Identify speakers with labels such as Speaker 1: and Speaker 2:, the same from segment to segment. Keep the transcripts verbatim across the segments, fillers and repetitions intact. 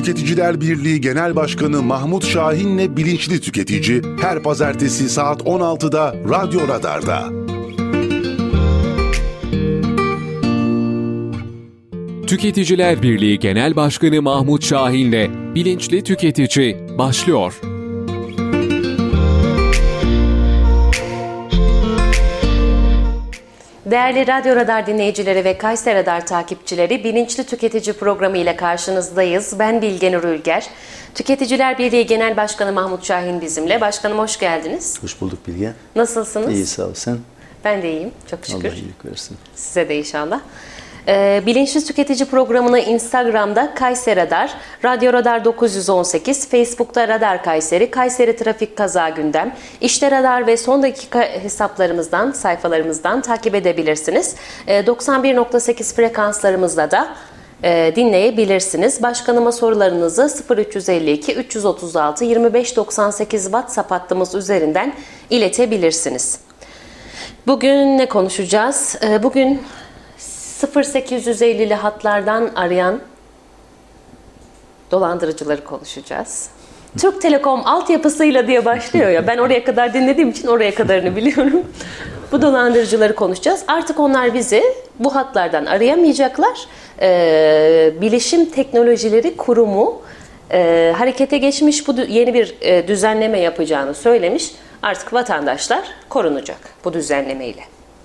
Speaker 1: Tüketiciler Birliği Genel Başkanı Mahmut Şahin'le Bilinçli Tüketici her pazartesi saat on altıda Radyo Radar'da.
Speaker 2: Tüketiciler Birliği Genel Başkanı Mahmut Şahin'le Bilinçli Tüketici başlıyor.
Speaker 3: Değerli Radyo Radar dinleyicileri ve Kayseri Radar takipçileri, Bilinçli Tüketici programı ile karşınızdayız. Ben Bilgenur Ülger. Tüketiciler Birliği Genel Başkanı Mahmut Şahin bizimle. Başkanım hoş geldiniz.
Speaker 4: Hoş bulduk Bilge.
Speaker 3: Nasılsınız?
Speaker 4: İyi, sağ ol. Sen?
Speaker 3: Ben de iyiyim. Çok şükür.
Speaker 4: Allah iyilik versin.
Speaker 3: Size de inşallah. Ee, Bilinçli Tüketici programını Instagram'da Kayseri Radar, Radyo Radar dokuz yüz on sekiz, Facebook'ta Radar Kayseri, Kayseri Trafik Kaza Gündem, İşte Radar ve Son Dakika hesaplarımızdan, sayfalarımızdan takip edebilirsiniz. Ee, doksan bir nokta sekiz frekanslarımızda da e, dinleyebilirsiniz. Başkanıma sorularınızı sıfır üç elli iki üç yüz otuz altı yirmi beş doksan sekiz WhatsApp hattımız üzerinden iletebilirsiniz. Bugün ne konuşacağız? Ee, bugün sıfır sekiz ellili hatlardan arayan dolandırıcıları konuşacağız. Türk Telekom altyapısıyla diye başlıyor ya. Ben oraya kadar dinlediğim için oraya kadarını biliyorum. Bu dolandırıcıları konuşacağız. Artık onlar bizi bu hatlardan arayamayacaklar. Ee, Bilişim Teknolojileri Kurumu e, harekete geçmiş, bu yeni bir e, düzenleme yapacağını söylemiş. Artık vatandaşlar korunacak bu düzenlemeyle.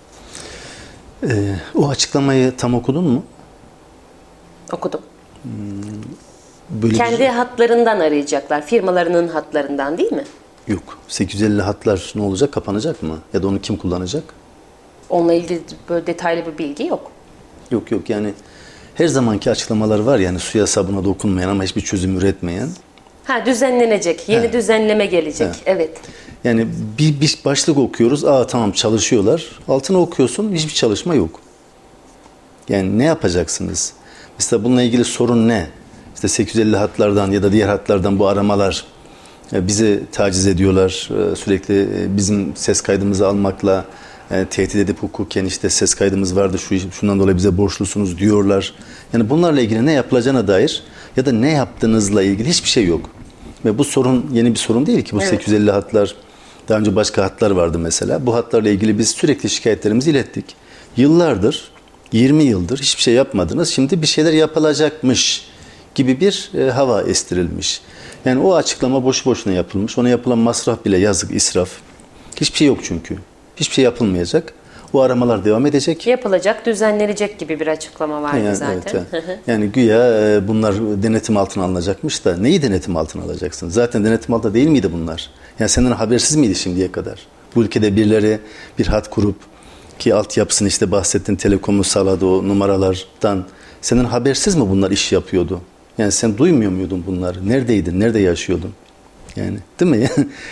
Speaker 4: Ee, o açıklamayı tam okudun mu?
Speaker 3: Okudum.
Speaker 4: Hmm, böyle
Speaker 3: Kendi bir... hatlarından arayacaklar. Firmalarının hatlarından değil mi?
Speaker 4: Yok. sekiz yüz elli hatlar ne olacak? Kapanacak mı? Ya da onu kim kullanacak?
Speaker 3: Onunla ilgili böyle detaylı bir bilgi yok.
Speaker 4: Yok yok yani her zamanki açıklamalar var yani suya sabuna dokunmayan ama hiçbir çözüm üretmeyen.
Speaker 3: Ha düzenlenecek. Yeni He. düzenleme gelecek. He. Evet.
Speaker 4: Yani bir, bir başlık okuyoruz. Aa tamam çalışıyorlar. Altına okuyorsun. Hiçbir çalışma yok. Yani ne yapacaksınız? Mesela bununla ilgili sorun ne? İşte sekiz yüz elli hatlardan ya da diğer hatlardan bu aramalar bizi taciz ediyorlar. Sürekli bizim ses kaydımızı almakla tehdit edip hukuken işte ses kaydımız vardı. Şu, şundan dolayı bize borçlusunuz diyorlar. Yani bunlarla ilgili ne yapılacağına dair ya da ne yaptığınızla ilgili hiçbir şey yok. Ve bu sorun yeni bir sorun değil ki. Bu evet. sekiz yüz elli hatlar, daha önce başka hatlar vardı mesela. Bu hatlarla ilgili biz sürekli şikayetlerimizi ilettik. Yıllardır, yirmi yıldır hiçbir şey yapmadınız. Şimdi bir şeyler yapılacakmış gibi bir e, hava estirilmiş. Yani o açıklama boşu boşuna yapılmış. Ona yapılan masraf bile yazık, israf. Hiçbir şey yok çünkü. Hiçbir şey yapılmayacak. O aramalar devam edecek.
Speaker 3: Yapılacak, düzenlenecek gibi bir açıklama vardı
Speaker 4: yani,
Speaker 3: zaten.
Speaker 4: Evet, yani. yani güya bunlar denetim altına alınacakmış da neyi denetim altına alacaksın? Zaten denetim altında değil miydi bunlar? Yani senden habersiz miydi şimdiye kadar? Bu ülkede birileri bir hat kurup ki altyapısını işte bahsettiğin Telekom'un sağladığı o numaralardan senden habersiz mi bunlar iş yapıyordu? Yani sen duymuyor muydun bunları? Neredeydin? Nerede yaşıyordun? Yani değil mi?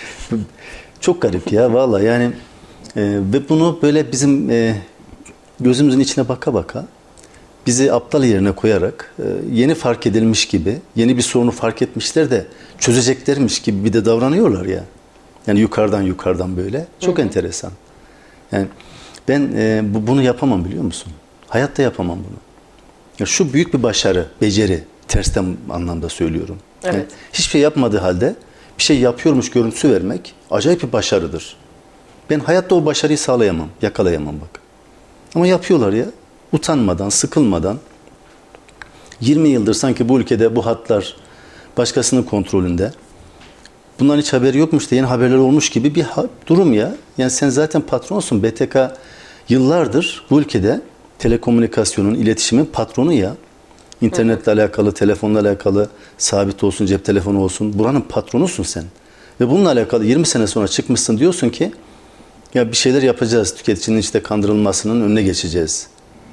Speaker 4: Çok garip ya vallahi yani. Ee, ve bunu böyle bizim e, gözümüzün içine baka baka bizi aptal yerine koyarak e, yeni fark edilmiş gibi, yeni bir sorunu fark etmişler de çözeceklermiş gibi bir de davranıyorlar ya. Yani yukarıdan yukarıdan böyle. Çok hı hı. enteresan. Yani ben e, bu, bunu yapamam biliyor musun? Hayatta yapamam bunu. Ya şu büyük bir başarı, beceri, tersten anlamda söylüyorum. Evet. Yani hiçbir şey yapmadığı halde bir şey yapıyormuş görüntüsü vermek acayip bir başarıdır. Ben hayatta o başarıyı sağlayamam, yakalayamam bak. Ama yapıyorlar ya, utanmadan, sıkılmadan. yirmi yıldır sanki bu ülkede bu hatlar başkasının kontrolünde. Bunların hiç haberi yokmuş da yeni haberler olmuş gibi bir durum ya. Yani sen zaten patronsun. B T K yıllardır bu ülkede telekomünikasyonun, iletişimin patronu ya. İnternetle Hı. alakalı, telefonla alakalı, sabit olsun, cep telefonu olsun. Buranın patronusun sen. Ve bununla alakalı yirmi sene sonra çıkmışsın diyorsun ki ya bir şeyler yapacağız. Tüketicinin işte kandırılmasının önüne geçeceğiz.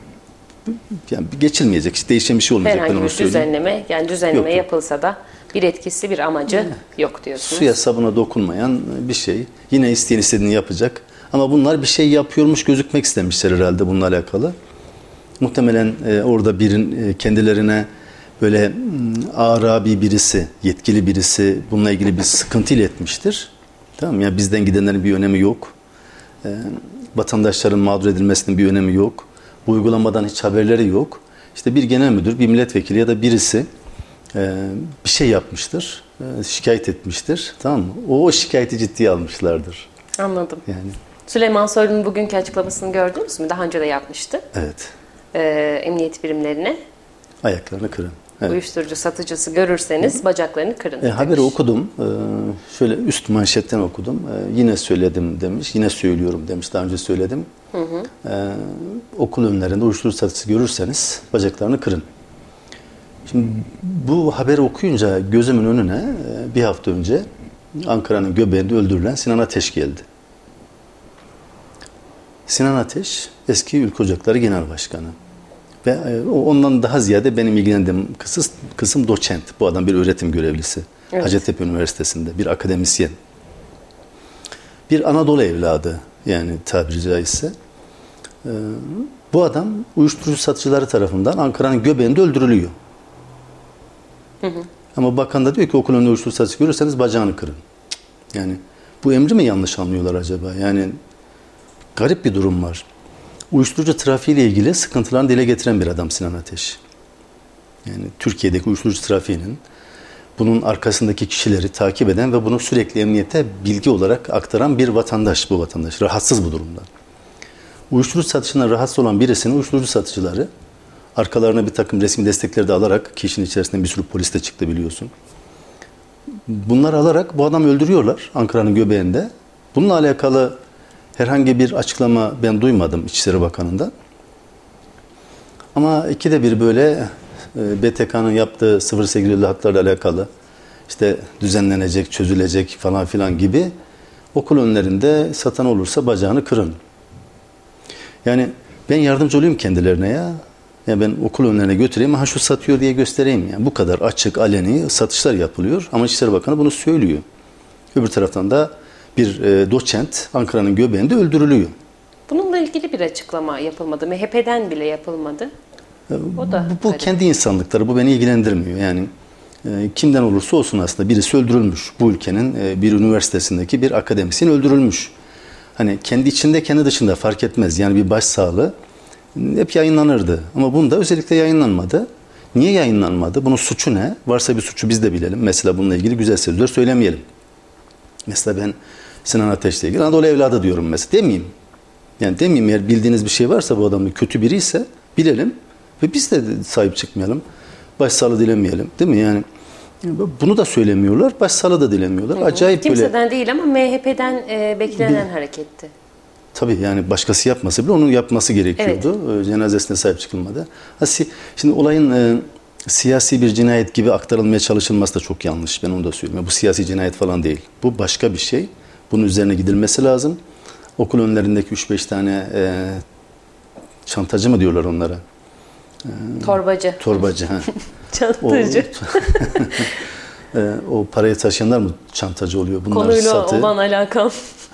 Speaker 4: Yani geçilmeyecek. Hiç değişen bir şey olmayacak.
Speaker 3: Herhangi bir düzenleme, yani düzenleme yok, yapılsa da bir etkisi, bir amacı yani, yok diyorsunuz.
Speaker 4: Suya sabuna dokunmayan bir şey. Yine isteyen istediğini yapacak. Ama bunlar bir şey yapıyormuş gözükmek istemişler herhalde bununla alakalı. Muhtemelen e, orada birin e, kendilerine böyle m, arabi birisi, yetkili birisi bununla ilgili bir sıkıntı iletmiştir. Tamam mı? Yani bizden gidenlerin bir önemi yok. E, vatandaşların mağdur edilmesinin bir önemi yok. Bu uygulamadan hiç haberleri yok. İşte bir genel müdür, bir milletvekili ya da birisi e, bir şey yapmıştır, e, şikayet etmiştir, tamam mı? O, o şikayeti ciddiye almışlardır.
Speaker 3: Anladım.
Speaker 4: Yani.
Speaker 3: Süleyman Soylu'nun bugünkü açıklamasını gördünüz mü? Daha önce de yapmıştı.
Speaker 4: Evet.
Speaker 3: E, emniyet birimlerine.
Speaker 4: Ayaklarını kırın. Evet.
Speaker 3: Uyuşturucu satıcısı görürseniz Hı-hı. bacaklarını kırın.
Speaker 4: E, haberi okudum. E, şöyle üst manşetten okudum. E, yine söyledim demiş. Yine söylüyorum demiş. Daha önce söyledim. Hı hı. E, okul önlerinde uyuşturucu satıcısı görürseniz bacaklarını kırın. Şimdi bu haberi okuyunca gözümün önüne e, bir hafta önce Ankara'nın göbeğinde öldürülen Sinan Ateş geldi. Sinan Ateş eski Ülke Ocakları Genel Başkanı. Ve ondan daha ziyade benim ilgilendiğim kısım, kısım doçent. Bu adam bir öğretim görevlisi. Evet. Hacettepe Üniversitesi'nde bir akademisyen. Bir Anadolu evladı yani tabiri caizse. Ee, bu adam uyuşturucu satıcıları tarafından Ankara'nın göbeğinde öldürülüyor. Hı hı. Ama bakan da diyor ki okul önünde uyuşturucu satıcısı görürseniz bacağını kırın. Yani bu emri mi yanlış anlıyorlar acaba? Yani garip bir durum var. Uyuşturucu trafiğiyle ilgili sıkıntılarını dile getiren bir adam Sinan Ateş. Yani Türkiye'deki uyuşturucu trafiğinin bunun arkasındaki kişileri takip eden ve bunu sürekli emniyete bilgi olarak aktaran bir vatandaş bu vatandaş. Rahatsız bu durumdan. Uyuşturucu satışından rahatsız olan birisinin uyuşturucu satıcıları arkalarına bir takım resmi destekleri de alarak ki işin içerisinde bir sürü polis de çıktı biliyorsun. Bunları alarak bu adamı öldürüyorlar Ankara'nın göbeğinde. Bununla alakalı herhangi bir açıklama ben duymadım İçişleri Bakanı'ndan. Ama ikide bir böyle B T K'nın yaptığı sıfır sekiz elli hatlarla alakalı işte düzenlenecek, çözülecek falan filan gibi okul önlerinde satan olursa bacağını kırın. Yani ben yardımcı olayım kendilerine ya. Ya ben okul önlerine götüreyim, ha şu satıyor diye göstereyim. Yani bu kadar açık, aleni satışlar yapılıyor ama İçişleri Bakanı bunu söylüyor. Öbür taraftan da bir e, doçent Ankara'nın göbeğinde öldürülüyor.
Speaker 3: Bununla ilgili bir açıklama yapılmadı. M H P'den bile yapılmadı. O da
Speaker 4: bu, bu kendi insanlıkları. Bu beni ilgilendirmiyor. Yani e, kimden olursa olsun aslında birisi öldürülmüş. Bu ülkenin e, bir üniversitesindeki bir akademisyen öldürülmüş. Hani kendi içinde kendi dışında fark etmez. Yani bir başsağlığı hep yayınlanırdı. Ama bunda özellikle yayınlanmadı. Niye yayınlanmadı? Bunun suçu ne? Varsa bir suçu biz de bilelim. Mesela bununla ilgili güzel sözler söylemeyelim. Mesela ben Sinan Ateş'le ilgili Anadolu evladı diyorum mesela. Demeyeyim. Yani demeyeyim eğer bildiğiniz bir şey varsa bu adamın kötü biri ise bilelim ve biz de sahip çıkmayalım. Başsağlığı dilemeyelim. Değil mi? Yani bunu da söylemiyorlar. Başsağlığı da dilemiyorlar. Hı hı. Acayip
Speaker 3: Kimseden
Speaker 4: böyle.
Speaker 3: değil ama M H P'den e, beklenen bir, hareketti.
Speaker 4: Tabii yani başkası yapmasa bile onun yapması gerekiyordu. Evet. Cenazesine sahip çıkılmadı. Ha, si, şimdi olayın e, siyasi bir cinayet gibi aktarılmaya çalışılması da çok yanlış. Ben onu da söyleyeyim. Bu siyasi cinayet falan değil. Bu başka bir şey. Bunun üzerine gidilmesi lazım. Okul önlerindeki üç beş tane e, çantacı mı diyorlar onlara? E,
Speaker 3: torbacı.
Speaker 4: Torbacı. Ha.
Speaker 3: Çantacı.
Speaker 4: O, e, o parayı taşıyanlar mı çantacı oluyor? Bunlar
Speaker 3: konuyla
Speaker 4: satı.
Speaker 3: olan alakam.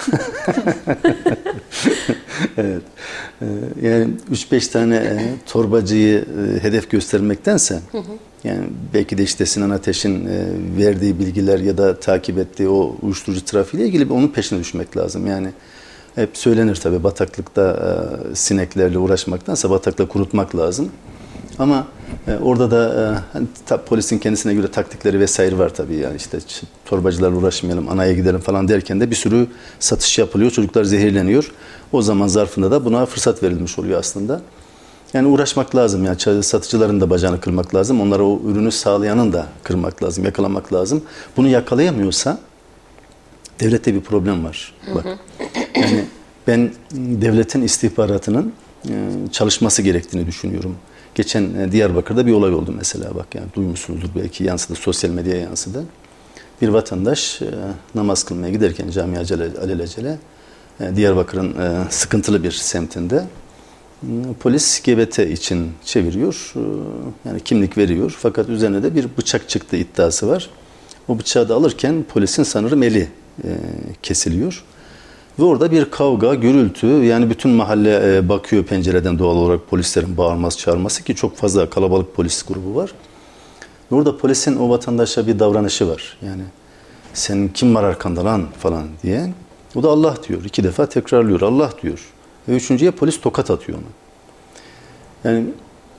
Speaker 4: Evet. E, yani üç beş tane e, torbacıyı e, hedef göstermektense hı hı. yani belki de işte Sinan Ateş'in e, verdiği bilgiler ya da takip ettiği o uyuşturucu trafiğiyle ilgili onun peşine düşmek lazım. Yani hep söylenir tabii bataklıkta e, sineklerle uğraşmaktansa batakla kurutmak lazım. Ama e, orada da e, hani, ta, polisin kendisine göre taktikleri vesaire var tabii. Yani işte torbacılarla uğraşmayalım, anaya gidelim falan derken de bir sürü satış yapılıyor. Çocuklar zehirleniyor. O zaman zarfında da buna fırsat verilmiş oluyor aslında. Yani uğraşmak lazım. Yani satıcıların da bacağını kırmak lazım. Onlara o ürünü sağlayanın da kırmak lazım, yakalamak lazım. Bunu yakalayamıyorsa devlette bir problem var. Bak. Yani ben devletin istihbaratının çalışması gerektiğini düşünüyorum. Geçen Diyarbakır'da bir olay oldu mesela bak yani duymuşsunuzdur belki yansıdı sosyal medyaya yansıdı. Bir vatandaş namaz kılmaya giderken camiye alelacele Diyarbakır'ın sıkıntılı bir semtinde polis G B T için çeviriyor. Yani kimlik veriyor fakat üzerine de bir bıçak çıktı iddiası var. O bıçağı da alırken polisin sanırım eli kesiliyor. Ve orada bir kavga, gürültü yani bütün mahalle bakıyor pencereden doğal olarak polislerin bağırması, çağırması ki çok fazla kalabalık polis grubu var. Ve orada polisin o vatandaşa bir davranışı var. Yani senin kim var arkanda lan falan diye. O da Allah diyor. İki defa tekrarlıyor. Allah diyor. Ve üçüncüye polis tokat atıyor ona. Yani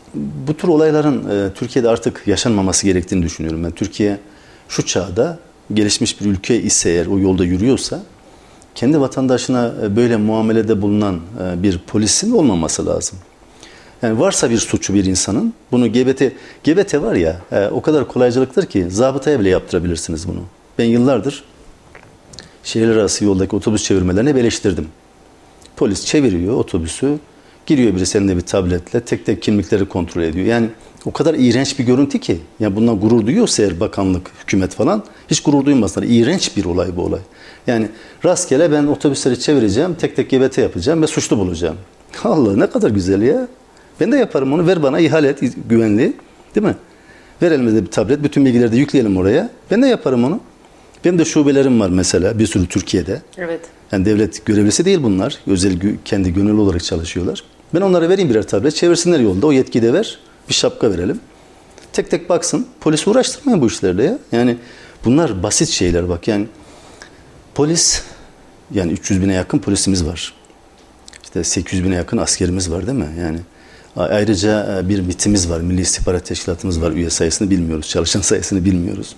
Speaker 4: bu tür olayların e, Türkiye'de artık yaşanmaması gerektiğini düşünüyorum. Ben Türkiye şu çağda gelişmiş bir ülke ise eğer o yolda yürüyorsa kendi vatandaşına e, böyle muamelede bulunan e, bir polisin olmaması lazım. Yani varsa bir suçu bir insanın bunu G B T G B T var ya e, o kadar kolaycılıktır ki zabıtaya bile yaptırabilirsiniz bunu. Ben yıllardır şehirler arası yoldaki otobüs çevirmelerini hep eleştirdim. Polis çeviriyor otobüsü, giriyor birisi elinde bir tabletle tek tek kimlikleri kontrol ediyor. Yani o kadar iğrenç bir görüntü ki. Yani bundan gurur duyuyorsa eğer bakanlık, hükümet falan hiç gurur duymasınlar. İğrenç bir olay bu olay. Yani rastgele ben otobüsleri çevireceğim, tek tek G B T yapacağım ve suçlu bulacağım. Allah ne kadar güzel ya. Ben de yaparım onu. Ver bana ihale et, güvenli. Değil mi? Ver elimize bir tablet. Bütün bilgileri de yükleyelim oraya. Ben de yaparım onu. Benim de şubelerim var mesela bir sürü Türkiye'de.
Speaker 3: Evet.
Speaker 4: Yani devlet görevlisi değil bunlar. Özel kendi gönüllü olarak çalışıyorlar. Ben onlara vereyim birer tablet. Çevirsinler yolda. O yetkiyi de ver. Bir şapka verelim. Tek tek baksın. Polis uğraştırmayın bu işlerle ya. Yani bunlar basit şeyler bak. Yani polis yani üç yüz bine yakın polisimiz var. İşte sekiz yüz bine yakın askerimiz var değil mi? Yani ayrıca bir MİT'imiz var. Milli İstihbarat Teşkilatımız var. Üye sayısını bilmiyoruz. Çalışan sayısını bilmiyoruz.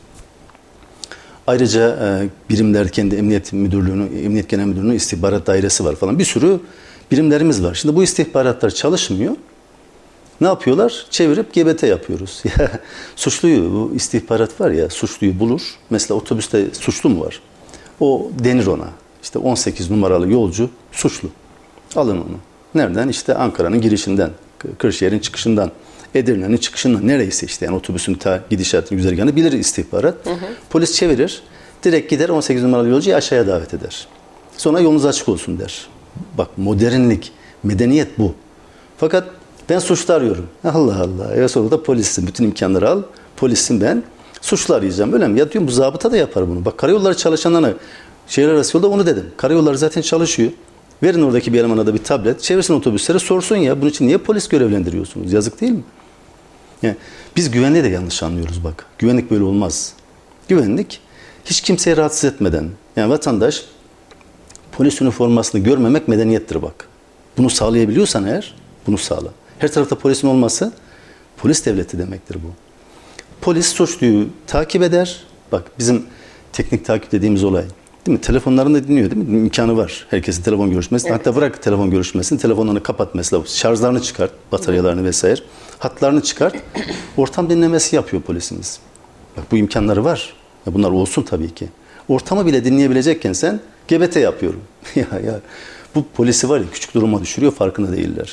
Speaker 4: Ayrıca birimler kendi Emniyet Müdürlüğü'nü, Emniyet Genel Müdürlüğü'nün istihbarat dairesi var falan. Bir sürü birimlerimiz var. Şimdi bu istihbaratlar çalışmıyor. Ne yapıyorlar? Çevirip G B T yapıyoruz. Ya suçluyu, bu istihbarat var ya, suçluyu bulur. Mesela otobüste suçlu mu var? O denir ona. İşte on sekiz numaralı yolcu suçlu. Alın onu. Nereden? İşte Ankara'nın girişinden, Kırşehir'in çıkışından, Edirne'nin çıkışından, nereyse işte yani otobüsün ta gidişatını, güzergahını bilir istihbarat. Hı hı. Polis çevirir, direkt gider on sekiz numaralı yolcuyu aşağıya davet eder. Sonra yolunuz açık olsun der. Bak modernlik, medeniyet bu. Fakat ben suçlu arıyorum. Allah Allah. Ya sonra da polissin. Bütün imkanları al. Polissin ben. Suçlu arayacağım. Öyle mi? Ya diyorum bu zabıta da yapar bunu. Bak karayolları çalışanlarına şehir arası yolda onu dedim. Karayolları zaten çalışıyor. Verin oradaki bir elemana da bir tablet. Çevirsin otobüslere sorsun ya. Bunun için niye polis görevlendiriyorsunuz? Yazık değil mi? Yani biz güvenliği de yanlış anlıyoruz bak. Güvenlik böyle olmaz. Güvenlik hiç kimseyi rahatsız etmeden. Yani vatandaş polis üniformasını görmemek medeniyettir bak. Bunu sağlayabiliyorsan eğer bunu sağla. Her tarafta polisin olması polis devleti demektir bu. Polis suçluyu takip eder. Bak bizim teknik takip dediğimiz olay. Değil mi? Telefonlarını da dinliyor değil mi? İmkanı var. Herkesin telefon görüşmesi. Evet. Hatta bırak telefon görüşmesini, telefonlarını kapat mesela. Şarjlarını çıkart, bataryalarını vesaire. Hatlarını çıkart. Ortam dinlemesi yapıyor polisimiz. Bak bu imkanları var. Ya bunlar olsun tabii ki. Ortamı bile dinleyebilecekken sen G B T yapıyorum. ya ya bu polisi var ya küçük duruma düşürüyor, farkında değiller.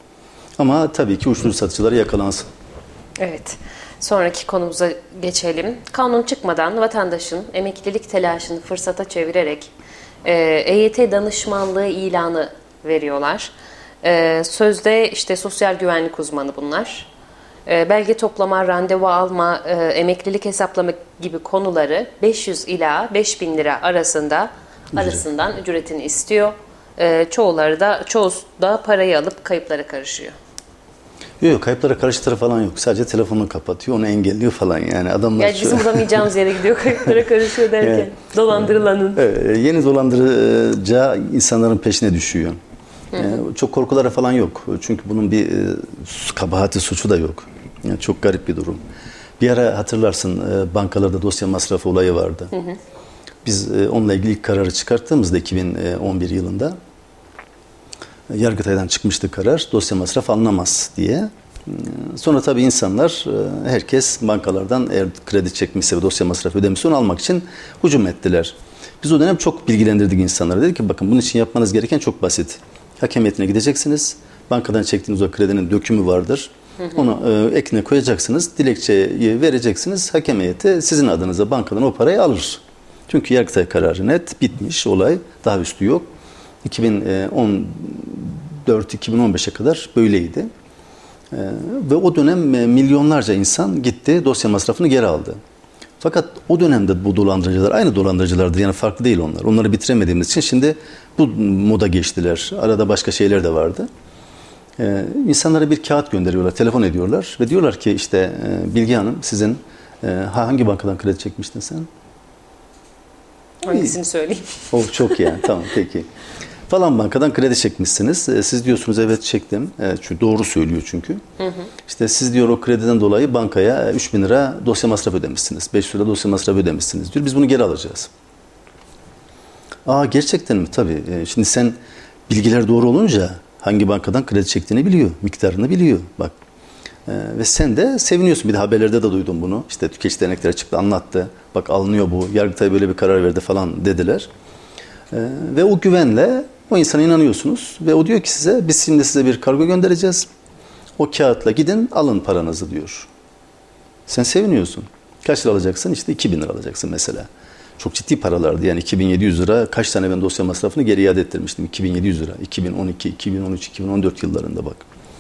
Speaker 4: Ama tabii ki uyuşturucu satıcıları yakalansın.
Speaker 3: Evet. Sonraki konumuza geçelim. Kanun çıkmadan vatandaşın emeklilik telaşını fırsata çevirerek E Y T danışmanlığı ilanı veriyorlar. E, sözde işte sosyal güvenlik uzmanı bunlar. E, belge toplama, randevu alma, e, emeklilik hesaplama gibi konuları beş yüz ila beş bin lira arasında Ücret. arasından ücretini istiyor. E, çoğuları da çoğu da parayı alıp kayıplara karışıyor.
Speaker 4: Yok yok kayıplara karıştırı falan yok. Sadece telefonunu kapatıyor, onu engelliyor falan yani. Adamlar
Speaker 3: yani bizim bulamayacağımız yere gidiyor kayıplara karışıyor derken. Yani, dolandırılanın.
Speaker 4: Evet, yeni dolandırıcı insanların peşine düşüyor. Yani çok korkuları falan yok. Çünkü bunun bir e, kabahati, suçu da yok. Yani çok garip bir durum. Bir ara hatırlarsın e, bankalarda dosya masrafı olayı vardı. Hı hı. Biz e, onunla ilgili ilk kararı çıkarttığımızda iki bin on bir yılında Yargıtay'dan çıkmıştı karar. Dosya masraf alınamaz diye. Sonra tabii insanlar, herkes bankalardan eğer kredi çekmişse ve dosya masrafı ödemişse onu almak için hücum ettiler. Biz o dönem çok bilgilendirdik insanları. Dedik ki bakın bunun için yapmanız gereken çok basit. Hakem heyetine gideceksiniz. Bankadan çektiğiniz o kredinin dökümü vardır. Hı hı. Onu e, ekine koyacaksınız. Dilekçeyi vereceksiniz. Hakem heyeti sizin adınıza bankadan o parayı alır. Çünkü Yargıtay kararı net, bitmiş olay. Daha üstü yok. iki bin on dört iki bin on beşe kadar böyleydi. Ee, ve o dönem milyonlarca insan gitti, dosya masrafını geri aldı. Fakat o dönemde bu dolandırıcılar aynı dolandırıcılardı. Yani farklı değil onlar. Onları bitiremediğimiz için şimdi bu moda geçtiler. Arada başka şeyler de vardı. Ee, insanlara bir kağıt gönderiyorlar, telefon ediyorlar ve diyorlar ki işte Bilge Hanım sizin e, hangi bankadan kredi çekmiştin sen?
Speaker 3: Hangisini söyleyeyim?
Speaker 4: O çok yani tamam peki. Falan bankadan kredi çekmişsiniz. E, siz diyorsunuz evet çektim. E, çünkü doğru söylüyor çünkü. Hı hı. İşte siz diyor o krediden dolayı bankaya üç bin lira dosya masrafı ödemişsiniz. beş yüz lira dosya masrafı ödemişsiniz diyor. Biz bunu geri alacağız. Aa gerçekten mi? Tabii. E, şimdi sen bilgiler doğru olunca hangi bankadan kredi çektiğini biliyor. Miktarını biliyor. Bak. E, ve sen de seviniyorsun. Bir de haberlerde de duydum bunu. İşte tüketici dernekleri çıktı anlattı. Bak alınıyor bu. Yargıtay böyle bir karar verdi falan dediler. E, ve o güvenle o insana inanıyorsunuz ve o diyor ki size biz şimdi size bir kargo göndereceğiz. O kağıtla gidin alın paranızı diyor. Sen seviniyorsun. Kaç lira alacaksın? İşte iki bin lira alacaksın mesela. Çok ciddi paralardı yani iki bin yedi yüz lira. Kaç tane ben dosya masrafını geri iade ettirmiştim. iki bin yedi yüz lira. iki bin on iki, iki bin on üç, iki bin on dört yıllarında bak.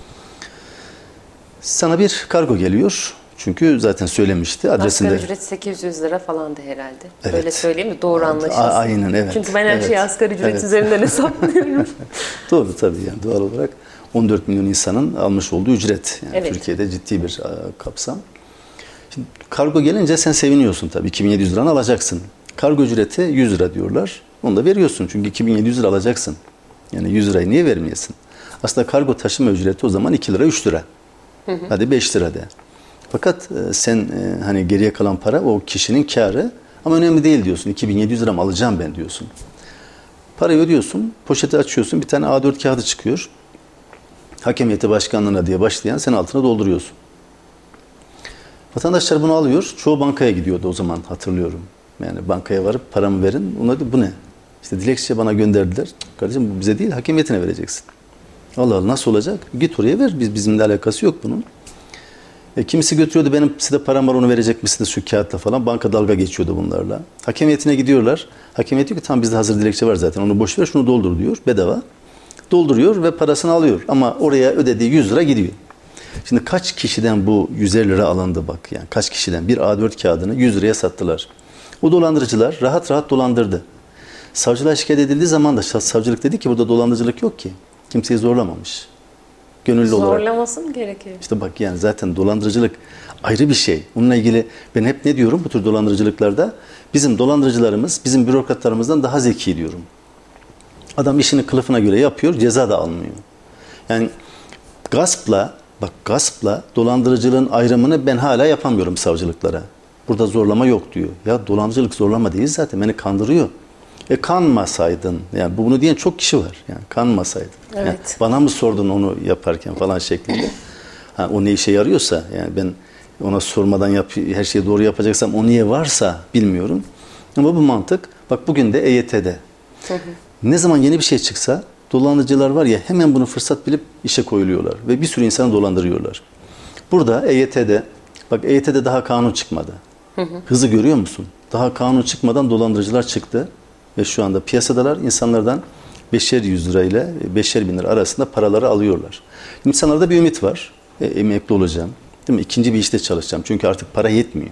Speaker 4: Sana bir kargo geliyor. Çünkü zaten söylemişti adresinde.
Speaker 3: Asgari ücret sekiz yüz lira falandı herhalde.
Speaker 4: Evet.
Speaker 3: Böyle söyleyeyim mi? Doğru anlaşılsın.
Speaker 4: Aynen evet.
Speaker 3: Çünkü ben her
Speaker 4: evet.
Speaker 3: şeyi asgari ücret
Speaker 4: evet.
Speaker 3: üzerinden hesaplıyorum.
Speaker 4: Doğru tabii yani doğal olarak on dört milyon insanın almış olduğu ücret. Yani
Speaker 3: evet.
Speaker 4: Türkiye'de ciddi bir kapsam. Şimdi kargo gelince sen seviniyorsun tabii. iki bin yedi yüz liranı alacaksın. Kargo ücreti yüz lira diyorlar. Onu da veriyorsun çünkü iki bin yedi yüz lira alacaksın. Yani yüz lirayı niye vermeyesin? Aslında kargo taşıma ücreti o zaman iki lira üç lira. Hı hı. Hadi beş lira de. Fakat sen e, hani geriye kalan para o kişinin kârı ama önemli değil diyorsun. iki bin yedi yüz lira mı alacağım ben diyorsun. Parayı ödüyorsun, poşeti açıyorsun, bir tane A dört kağıdı çıkıyor. Hakemiyeti başkanlığına diye başlayan sen altına dolduruyorsun. Vatandaşlar bunu alıyor. Çoğu bankaya gidiyordu o zaman hatırlıyorum. Yani bankaya varıp paramı verin. Ona diyor bu ne? İşte dilekçe bana gönderdiler. Kardeşim bu bize değil hakemiyetine vereceksin. Allah Allah nasıl olacak? Git oraya ver. Biz, bizimle alakası yok bunun. E, kimisi götürüyordu benim size param var onu verecek misiniz şu kağıtla falan. Banka dalga geçiyordu bunlarla. Hakemiyetine gidiyorlar. Hakemiyet diyor ki tamam bizde hazır dilekçe var zaten onu boş ver şunu doldur diyor bedava. Dolduruyor ve parasını alıyor. Ama oraya ödediği yüz lira gidiyor. Şimdi kaç kişiden bu yüzer lira alındı bak yani kaç kişiden bir A dört kağıdını yüz liraya sattılar. O dolandırıcılar rahat rahat dolandırdı. Savcılığa şikayet edildiği zaman da savcılık dedi ki burada dolandırıcılık yok ki. Kimseyi zorlamamış. Gönüllü olarak.
Speaker 3: Zorlaması mı gerekiyor?
Speaker 4: İşte bak yani zaten dolandırıcılık ayrı bir şey. Bununla ilgili ben hep ne diyorum bu tür dolandırıcılıklarda? Bizim dolandırıcılarımız bizim bürokratlarımızdan daha zeki diyorum. Adam işini kılıfına göre yapıyor, ceza da almıyor. Yani gaspla, bak gaspla dolandırıcılığın ayrımını ben hala yapamıyorum savcılıklara. Burada zorlama yok diyor. Ya dolandırıcılık zorlama değil zaten beni kandırıyor. E kanmasaydın, yani bunu diyen çok kişi var. Yani kanmasaydın.
Speaker 3: Evet.
Speaker 4: Yani bana mı sordun onu yaparken falan şeklinde. Ha, o ne işe yarıyorsa, yani ben ona sormadan yap, her şeyi doğru yapacaksam o niye varsa bilmiyorum. Ama bu mantık, bak bugün de E Y T'de. Hı hı. Ne zaman yeni bir şey çıksa dolandırıcılar var ya hemen bunu fırsat bilip işe koyuluyorlar. Ve bir sürü insanı dolandırıyorlar. Burada E Y T'de, bak E Y T'de daha kanun çıkmadı. Hı hı. Hızı görüyor musun? Daha kanun çıkmadan dolandırıcılar çıktı. Ve şu anda piyasadalar insanlardan beşer yüz lira ile beşer bin lira arasında paraları alıyorlar. İnsanlarda bir ümit var. E, emekli olacağım. Değil mi? İkinci bir işte çalışacağım. Çünkü artık para yetmiyor.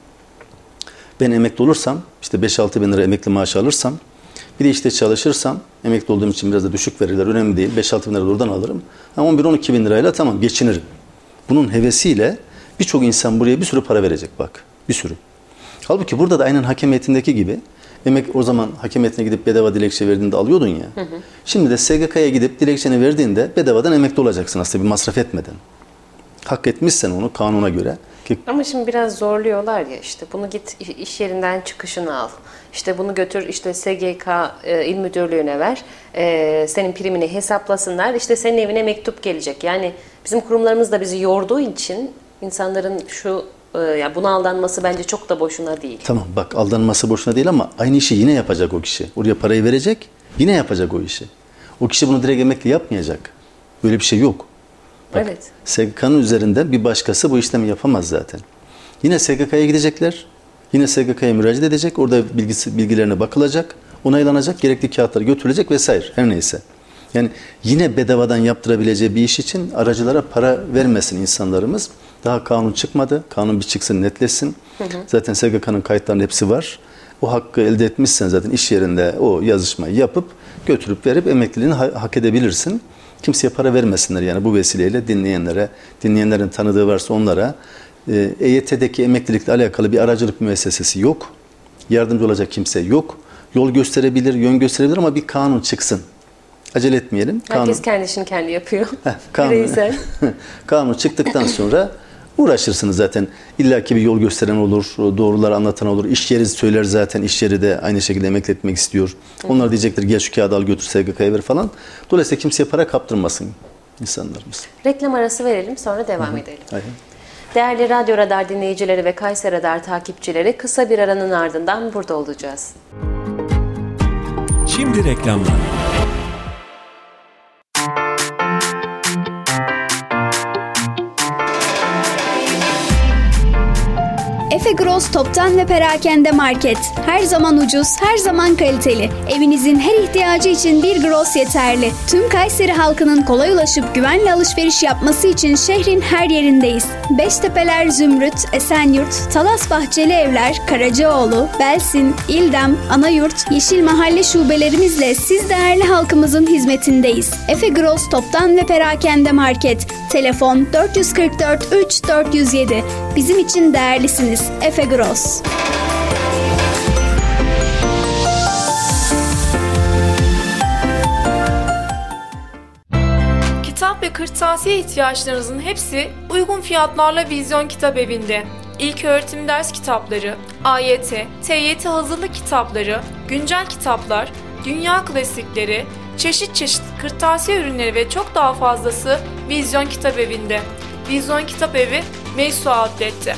Speaker 4: Ben emekli olursam, işte beş altı bin lira emekli maaşı alırsam, bir de işte çalışırsam, emekli olduğum için biraz da düşük verirler, önemli değil. beş altı bin lira oradan alırım. on bir on iki bin lirayla tamam geçinirim. Bunun hevesiyle birçok insan buraya bir sürü para verecek bak. Bir sürü. Halbuki burada da aynen hakemiyetindeki gibi emek o zaman hakemiyetine gidip bedava dilekçe verdiğinde alıyordun ya. Hı hı. Şimdi de S G K'ya gidip dilekçeni verdiğinde bedavadan emekli olacaksın aslında bir masraf etmeden. Hak etmişsen onu kanuna göre. Ki...
Speaker 3: Ama şimdi biraz zorluyorlar ya işte bunu git iş yerinden çıkışını al. İşte bunu götür işte S G K e, il müdürlüğüne ver. E, senin primini hesaplasınlar. İşte senin evine mektup gelecek. Yani bizim kurumlarımız da bizi yorduğu için insanların şu yani buna aldanması bence çok da boşuna değil. Tamam
Speaker 4: bak aldanması boşuna değil ama aynı işi yine yapacak o kişi. Oraya parayı verecek, yine yapacak o işi. O kişi bunu direkt emekli yapmayacak. Böyle bir şey yok. Bak, evet. S G K'nın üzerinde bir başkası bu işlemi yapamaz zaten. Yine S G K'ya gidecekler. Yine S G K'ya müracaat edecek. Orada bilgisi, bilgilerine bakılacak. Onaylanacak. Gerekli kağıtlar götürülecek vesaire. Her neyse. Yani yine bedavadan yaptırabileceği bir iş için aracılara para vermesin insanlarımız. Daha kanun çıkmadı. Kanun bir çıksın, netleşsin. Hı hı. Zaten S G K'nın kayıtlarının hepsi var. O hakkı elde etmişsen zaten iş yerinde o yazışmayı yapıp götürüp verip emekliliğini hak edebilirsin. Kimseye para vermesinler yani bu vesileyle dinleyenlere, dinleyenlerin tanıdığı varsa onlara. E Y T'deki emeklilikle alakalı bir aracılık müessesesi yok. Yardımcı olacak kimse yok. Yol gösterebilir, yön gösterebilir ama bir kanun çıksın. acele etmeyelim.
Speaker 3: Herkes kanun, kendi işini kendi yapıyor.
Speaker 4: Heh, kanun, kanun çıktıktan sonra uğraşırsınız zaten. İlla ki bir yol gösteren olur, doğruları anlatan olur. İş yeri söyler zaten, iş yeri de aynı şekilde emekli etmek istiyor. Hı. Onlar diyecektir gel şu kağıdı al götür S G K'ya ver falan. Dolayısıyla kimseye para kaptırmasın insanlarımız.
Speaker 3: Reklam arası verelim, sonra devam Hı. edelim.
Speaker 4: Aynen.
Speaker 3: Değerli Radyo Radar dinleyicileri ve Kayseri Radar takipçileri, kısa bir aranın ardından burada olacağız.
Speaker 5: Şimdi reklamlar.
Speaker 6: Efe Gross Toptan ve Perakende Market. Her zaman ucuz, her zaman kaliteli. Evinizin her ihtiyacı için bir Gross yeterli. Tüm Kayseri halkının kolay ulaşıp güvenle alışveriş yapması için şehrin her yerindeyiz. Beştepeler, Zümrüt, Esenyurt, Talas Bahçeli Evler, Karacaoğlu, Belsin, İldem, Anayurt, Yeşil Mahalle şubelerimizle siz değerli halkımızın hizmetindeyiz. Efe Gross Toptan ve Perakende Market. Telefon dört yüz kırk dört üç dört yüz yedi. Bizim için değerlisiniz. Efe Gross.
Speaker 7: Kitap ve kırtasiye ihtiyaçlarınızın hepsi uygun fiyatlarla Vizyon Kitap Evi'nde. İlköğretim ders kitapları, A Y T, T Y T hazırlık kitapları, güncel kitaplar, dünya klasikleri, çeşit çeşit kırtasiye ürünleri ve çok daha fazlası Vizyon Kitap Evi'nde. Vizyon Kitap Evi, Meysu Outlet'te.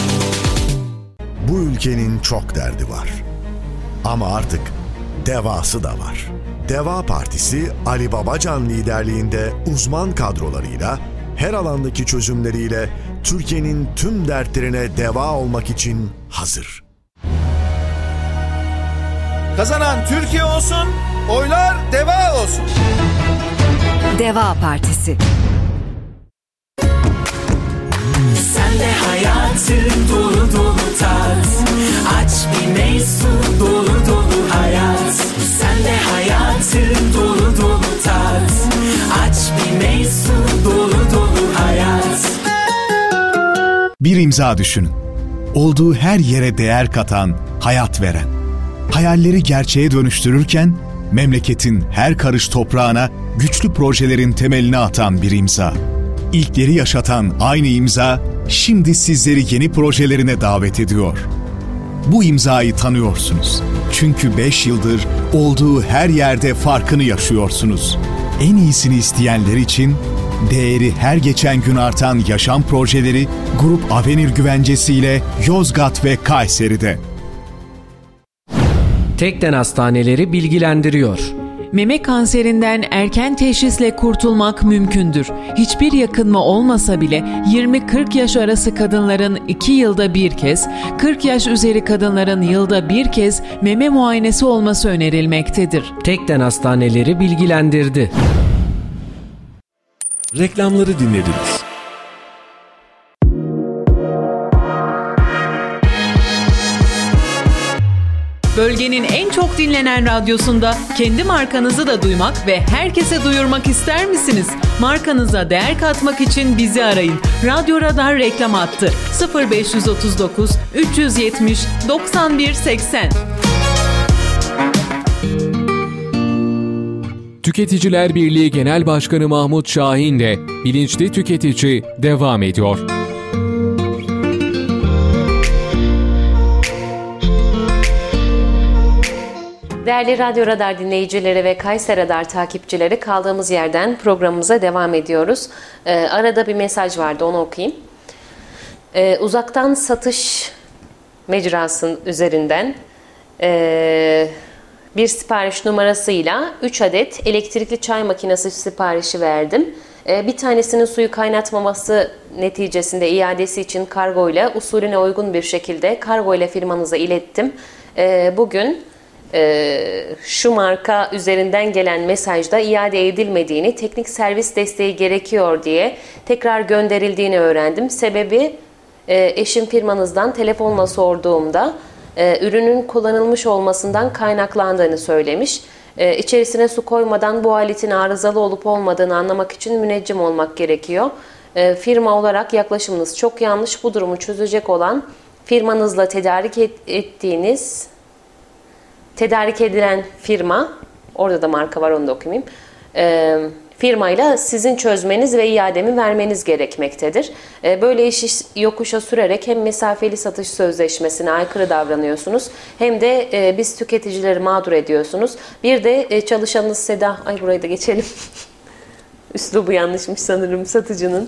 Speaker 8: Bu ülkenin çok derdi var. Ama artık devası da var. Deva Partisi Ali Babacan liderliğinde uzman kadrolarıyla, her alandaki çözümleriyle Türkiye'nin tüm dertlerine deva olmak için hazır.
Speaker 9: Kazanan Türkiye olsun, oylar Deva olsun.
Speaker 10: Deva Partisi.
Speaker 11: Sen de hayatın dolu dolu tat. Aç bir Meysu dolu dolu hayat. Sen de hayatın dolu dolu tat. Aç bir Meysu dolu dolu hayat.
Speaker 12: Bir imza düşünün. Olduğu her yere değer katan, hayat veren. Hayalleri gerçeğe dönüştürürken memleketin her karış toprağına güçlü projelerin temelini atan bir imza. İlkleri yaşatan aynı imza, şimdi sizleri yeni projelerine davet ediyor. Bu imzayı tanıyorsunuz. Çünkü beş yıldır olduğu her yerde farkını yaşıyorsunuz. En iyisini isteyenler için değeri her geçen gün artan yaşam projeleri Grup Avenir güvencesiyle Yozgat ve Kayseri'de.
Speaker 13: Tekden Hastaneleri bilgilendiriyor. Meme kanserinden erken teşhisle kurtulmak mümkündür. Hiçbir yakınma olmasa bile yirmi kırk yaş arası kadınların iki yılda bir kez, kırk yaş üzeri kadınların yılda bir kez meme muayenesi olması önerilmektedir.
Speaker 5: Tekden Hastaneleri bilgilendirdi. Reklamları dinlediniz.
Speaker 13: Bölgenin en çok dinlenen radyosunda kendi markanızı da duymak ve herkese duyurmak ister misiniz? Markanıza değer katmak için bizi arayın. Radyo Radar reklam hattı sıfır beş otuz dokuz üç yüz yetmiş doksan bir seksen.
Speaker 2: Tüketiciler Birliği Genel Başkanı Mahmut Şahin ile Bilinçli Tüketici devam ediyor.
Speaker 3: Değerli Radyo Radar dinleyicileri ve Kayseri Radar takipçileri, kaldığımız yerden programımıza devam ediyoruz. Ee, arada bir mesaj vardı, onu okuyayım. Ee, uzaktan satış mecrasının üzerinden e, bir sipariş numarasıyla üç adet elektrikli çay makinesi siparişi verdim. Ee, bir tanesinin suyu kaynatmaması neticesinde iadesi için kargo ile usulüne uygun bir şekilde kargo ile firmanıza ilettim. Ee, bugün Ee, şu marka üzerinden gelen mesajda iade edilmediğini, teknik servis desteği gerekiyor diye tekrar gönderildiğini öğrendim. Sebebi e, eşim firmanızdan telefonla sorduğumda e, ürünün kullanılmış olmasından kaynaklandığını söylemiş. E, içerisine su koymadan bu aletin arızalı olup olmadığını anlamak için müneccim olmak gerekiyor. E, firma olarak yaklaşımınız çok yanlış. Bu durumu çözecek olan firmanızla tedarik et, ettiğiniz Tedarik edilen firma, orada da marka var, onu da okumayayım. e, firmayla sizin çözmeniz ve iademi vermeniz gerekmektedir. E, böyle işi yokuşa sürerek hem mesafeli satış sözleşmesine aykırı davranıyorsunuz hem de e, biz tüketicileri mağdur ediyorsunuz. Bir de e, çalışanınız Seda, ay burayı da geçelim. Üslubu yanlışmış sanırım satıcının.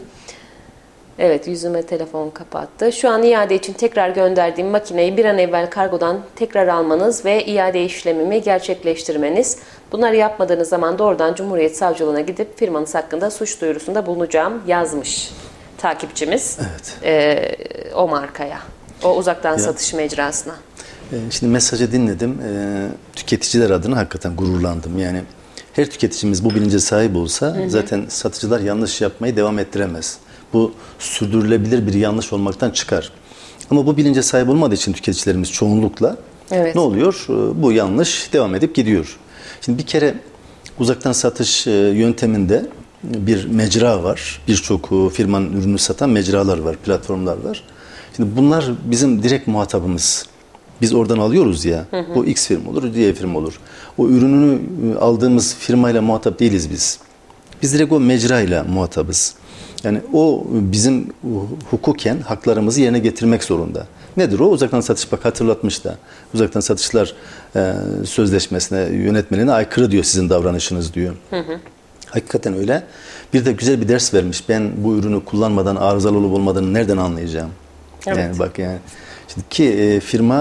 Speaker 3: Evet, yüzüme telefon kapattı. Şu an iade için tekrar gönderdiğim makineyi bir an evvel kargodan tekrar almanız ve iade işlemimi gerçekleştirmeniz. Bunları yapmadığınız zaman doğrudan Cumhuriyet Savcılığına gidip firmanız hakkında suç duyurusunda bulunacağım yazmış takipçimiz.
Speaker 4: Evet.
Speaker 3: E, o markaya, o uzaktan
Speaker 4: ya,
Speaker 3: satış mecrasına.
Speaker 4: E, şimdi mesajı dinledim. E, tüketiciler adına hakikaten gururlandım. Yani her tüketicimiz bu bilince sahip olsa hı hı. zaten satıcılar yanlış yapmayı devam ettiremez. Bu sürdürülebilir bir yanlış olmaktan çıkar. Ama bu bilince sahip olmadığı için tüketicilerimiz çoğunlukla evet. ne oluyor? Bu yanlış devam edip gidiyor. Şimdi bir kere uzaktan satış yönteminde bir mecra var. Birçok firmanın ürünü satan mecralar var, platformlar var. Şimdi bunlar bizim direkt muhatabımız. Biz oradan alıyoruz ya, hı hı. bu X firma olur, diğer firma olur. O ürününü aldığımız firmayla muhatap değiliz biz. Biz direkt o mecrayla muhatabız. Yani o bizim hukuken haklarımızı yerine getirmek zorunda. Nedir o? Uzaktan satış, bak hatırlatmış da. Uzaktan satışlar e, sözleşmesine, yönetmeliğine aykırı diyor sizin davranışınız diyor. Hı hı. Hakikaten öyle. Bir de güzel bir ders vermiş. Ben bu ürünü kullanmadan arızalı olup olmadığını nereden anlayacağım? Evet. Yani bak yani. Şimdi ki e, firma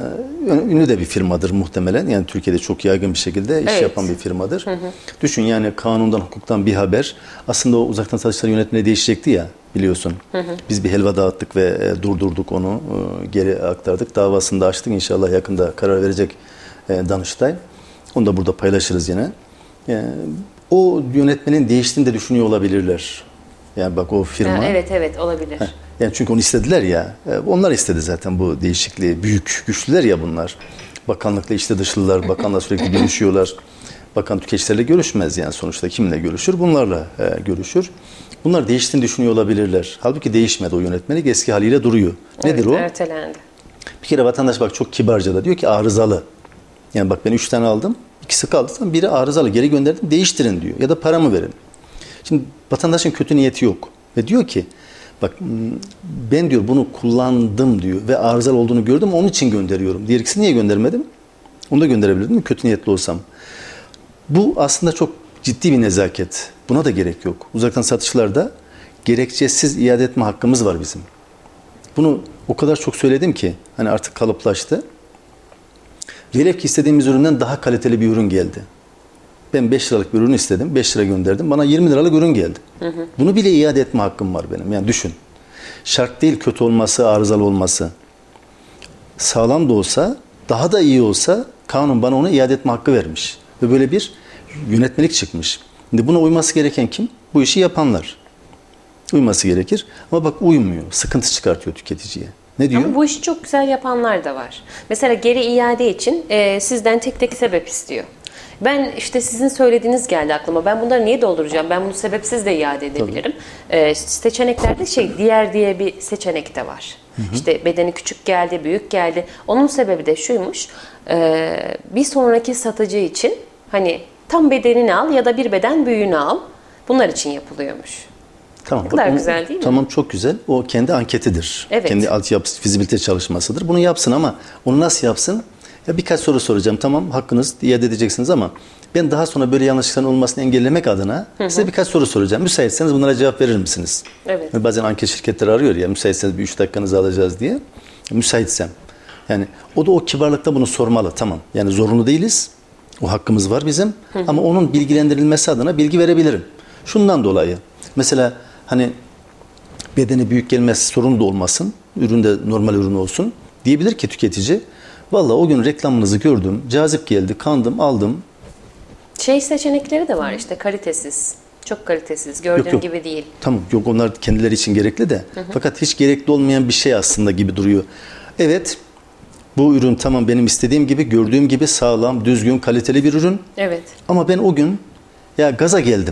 Speaker 4: e, ünlü de bir firmadır muhtemelen. Yani Türkiye'de çok yaygın bir şekilde iş evet. yapan bir firmadır. Hı hı. Düşün yani kanundan, hukuktan bir haber. Aslında o uzaktan satışlar yönetmeliği değişecekti ya biliyorsun. Hı hı. Biz bir helva dağıttık ve e, durdurduk onu. E, geri aktardık. Davasını da açtık. İnşallah yakında karar verecek e, Danıştay. Onu da burada paylaşırız yine. E, o yönetmenin değiştiğini de düşünüyor olabilirler. Yani bak o firma.
Speaker 3: Ha, evet evet olabilir.
Speaker 4: Heh. Yani çünkü onu istediler ya. Onlar istedi zaten bu değişikliği. Büyük, güçlüler ya bunlar. Bakanlıkla işte dışlılar, bakanla sürekli görüşüyorlar. Bakan tüketicilerle görüşmez yani sonuçta kimle görüşür? Bunlarla e, görüşür. Bunlar değiştiğini düşünüyor olabilirler. Halbuki değişmedi o yönetmelik, eski haliyle duruyor. Nedir
Speaker 3: evet,
Speaker 4: o?
Speaker 3: Ertelendi.
Speaker 4: Bir kere vatandaş bak çok kibarca da diyor ki arızalı. Yani bak ben üç tane aldım, ikisi kaldı. Biri arızalı, geri gönderdim, değiştirin diyor. Ya da paramı verin. Şimdi vatandaşın kötü niyeti yok. Ve diyor ki bak ben diyor bunu kullandım diyor ve arızalı olduğunu gördüm onun için gönderiyorum. Diğer ikisini niye göndermedim? Onu da gönderebilirdim mi kötü niyetli olsam? Bu aslında çok ciddi bir nezaket. Buna da gerek yok. Uzaktan satışlarda gerekçesiz iade etme hakkımız var bizim. Bunu o kadar çok söyledim ki hani artık kalıplaştı. Velev ki istediğimiz üründen daha kaliteli bir ürün geldi. Ben beş liralık bir ürün istedim. beş lira gönderdim. Bana yirmi liralık ürün geldi. Hı hı. Bunu bile iade etme hakkım var benim. Yani düşün. Şart değil kötü olması, arızalı olması. Sağlam da olsa, daha da iyi olsa kanun bana onu iade etme hakkı vermiş. Ve böyle bir yönetmelik çıkmış. Şimdi buna uyması gereken kim? Bu işi yapanlar. Uyması gerekir. Ama bak uymuyor. Sıkıntı çıkartıyor tüketiciye. Ne diyor?
Speaker 3: Ama bu işi çok güzel yapanlar da var. Mesela geri iade için e, sizden tek tek sebep istiyor. Ben işte sizin söylediğiniz geldi aklıma. Ben bunları niye dolduracağım? Ben bunu sebepsiz de iade edebilirim. Ee, seçeneklerde şey diğer diye bir seçenek de var. Hı hı. İşte bedeni küçük geldi, büyük geldi. Onun sebebi de şuymuş. E, bir sonraki satıcı için hani tam bedenini al ya da bir beden büyüğünü al. Bunlar için yapılıyormuş.
Speaker 4: Tamam.
Speaker 3: Ne kadar
Speaker 4: bak,
Speaker 3: güzel değil mi?
Speaker 4: Tamam çok güzel. O kendi anketidir.
Speaker 3: Evet.
Speaker 4: Kendi altyapısı, fizibilite çalışmasıdır. Bunu yapsın ama onu nasıl yapsın? Ya birkaç soru soracağım. Tamam hakkınız iade edeceksiniz ama ben daha sonra böyle yanlışlıkların olmasını engellemek adına hı hı. size birkaç soru soracağım. Müsaitseniz bunlara cevap verir misiniz? Evet. Bazen anket şirketleri arıyor ya müsaitseniz bir üç dakikanızı alacağız diye. Müsaitsem. Yani o da o kibarlıkta bunu sormalı. Tamam. Yani zorunlu değiliz. O hakkımız var bizim. Hı hı. Ama onun bilgilendirilmesi adına bilgi verebilirim. Şundan dolayı. Mesela hani bedeni büyük gelmesi sorunu da olmasın. Ürün de normal ürün olsun. Diyebilir ki tüketici vallahi o gün reklamınızı gördüm, cazip geldi, kandım, aldım.
Speaker 3: Şey seçenekleri de var işte kalitesiz, çok kalitesiz, gördüğün yok, yok. gibi değil.
Speaker 4: Tamam yok onlar kendileri için gerekli de hı hı. fakat hiç gerekli olmayan bir şey aslında gibi duruyor. Evet bu ürün tamam benim istediğim gibi, gördüğüm gibi sağlam, düzgün, kaliteli bir ürün. Evet. Ama ben o gün ya gaza geldim.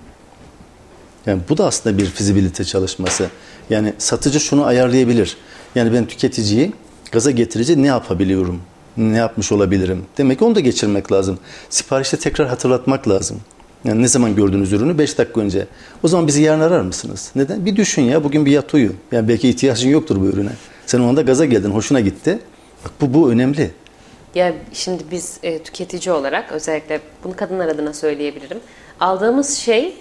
Speaker 4: Yani bu da aslında bir fizibilite çalışması. Yani satıcı şunu ayarlayabilir. Yani ben tüketiciyi gaza getirici ne yapabiliyorum? Ne yapmış olabilirim? Demek ki onu da geçirmek lazım. Siparişte tekrar hatırlatmak lazım. Yani ne zaman gördüğünüz ürünü? beş dakika önce. O zaman bizi yarın arar mısınız? Neden? Bir düşün ya, bugün bir yat uyu. Yani belki ihtiyacın yoktur bu ürüne. Sen o anda gaza geldin, hoşuna gitti. Bak bu, bu önemli.
Speaker 3: Ya şimdi biz e, tüketici olarak özellikle bunu kadınlar adına söyleyebilirim. Aldığımız şey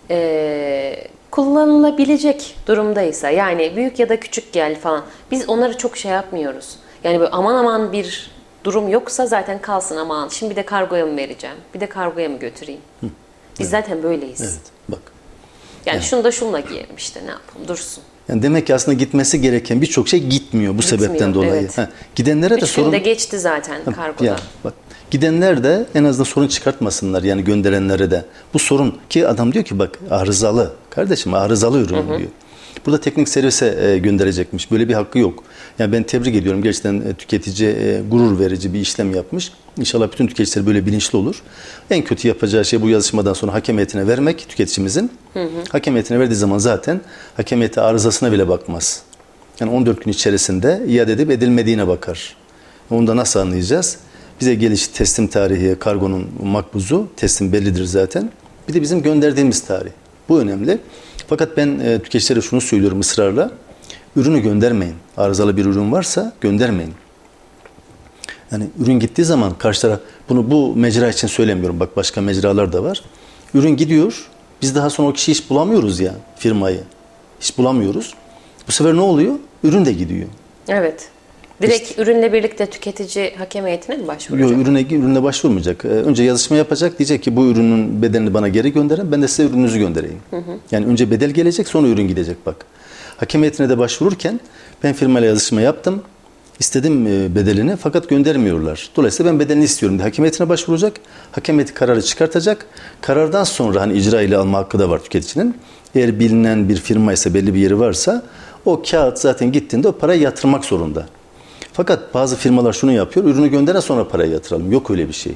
Speaker 3: e, kullanılabilecek durumdaysa, yani büyük ya da küçük gel falan, biz onları çok şey yapmıyoruz. Yani böyle aman aman bir durum yoksa zaten kalsın, aman şimdi bir de kargoya mı vereceğim, bir de kargoya mı götüreyim. Hı. Biz evet. zaten böyleyiz.
Speaker 4: Evet, bak.
Speaker 3: Yani
Speaker 4: evet.
Speaker 3: şunu da şunla giyelim işte, ne yapalım, dursun.
Speaker 4: Yani demek ki aslında gitmesi gereken birçok şey gitmiyor bu Gitmiyor, sebepten dolayı. Evet. Ha, gidenlere
Speaker 3: Üç
Speaker 4: de sorun...
Speaker 3: günde geçti zaten kargoda. Ya, bak,
Speaker 4: gidenler de en azından sorun çıkartmasınlar, yani gönderenlere de. Bu sorun ki adam diyor ki bak arızalı. Kardeşim arızalı ürün hı hı. diyor. Burada teknik servise e, gönderecekmiş. Böyle bir hakkı yok. Yani ben tebrik ediyorum. Gerçekten e, tüketici e, gurur verici bir işlem yapmış. İnşallah bütün tüketiciler böyle bilinçli olur. En kötü yapacağı şey bu yazışmadan sonra hakem heyetine vermek tüketicimizin. Hı hı. Hakem heyetine verdiği zaman zaten hakem heyeti arızasına bile bakmaz. Yani on dört gün içerisinde iade edip edilmediğine bakar. Onu da nasıl anlayacağız? Bize geliş teslim tarihi, kargonun makbuzu, teslim bellidir zaten. Bir de bizim gönderdiğimiz tarih. Bu önemli. Fakat ben e, tüketicilere şunu söylüyorum ısrarla. Ürünü göndermeyin. Arızalı bir ürün varsa göndermeyin. Yani ürün gittiği zaman karşı taraf, bunu bu mecra için söylemiyorum. Bak başka mecralar da var. Ürün gidiyor. Biz daha sonra o kişiyi hiç bulamıyoruz ya, firmayı. Hiç bulamıyoruz. Bu sefer ne oluyor? Ürün de gidiyor.
Speaker 3: Evet. Direkt işte, ürünle birlikte tüketici hakem heyetine mi başvuracak?
Speaker 4: Yok, ürüne, ürünle başvurmayacak. Önce yazışma yapacak. Diyecek ki bu ürünün bedelini bana geri gönderin. Ben de size ürününüzü göndereyim. Hı hı. Yani önce bedel gelecek, sonra ürün gidecek bak. Hakem heyetine de başvururken ben firmayla yazışma yaptım. İstedim bedelini fakat göndermiyorlar. Dolayısıyla ben bedelini istiyorum diye hakem heyetine başvuracak. Hakem heyeti kararı çıkartacak. Karardan sonra hani icra ile alma hakkı da var tüketicinin. Eğer bilinen bir firma ise, belli bir yeri varsa o kağıt zaten gittiğinde o parayı yatırmak zorunda. Fakat bazı firmalar şunu yapıyor. Ürünü gönderen sonra parayı yatıralım. Yok öyle bir şey.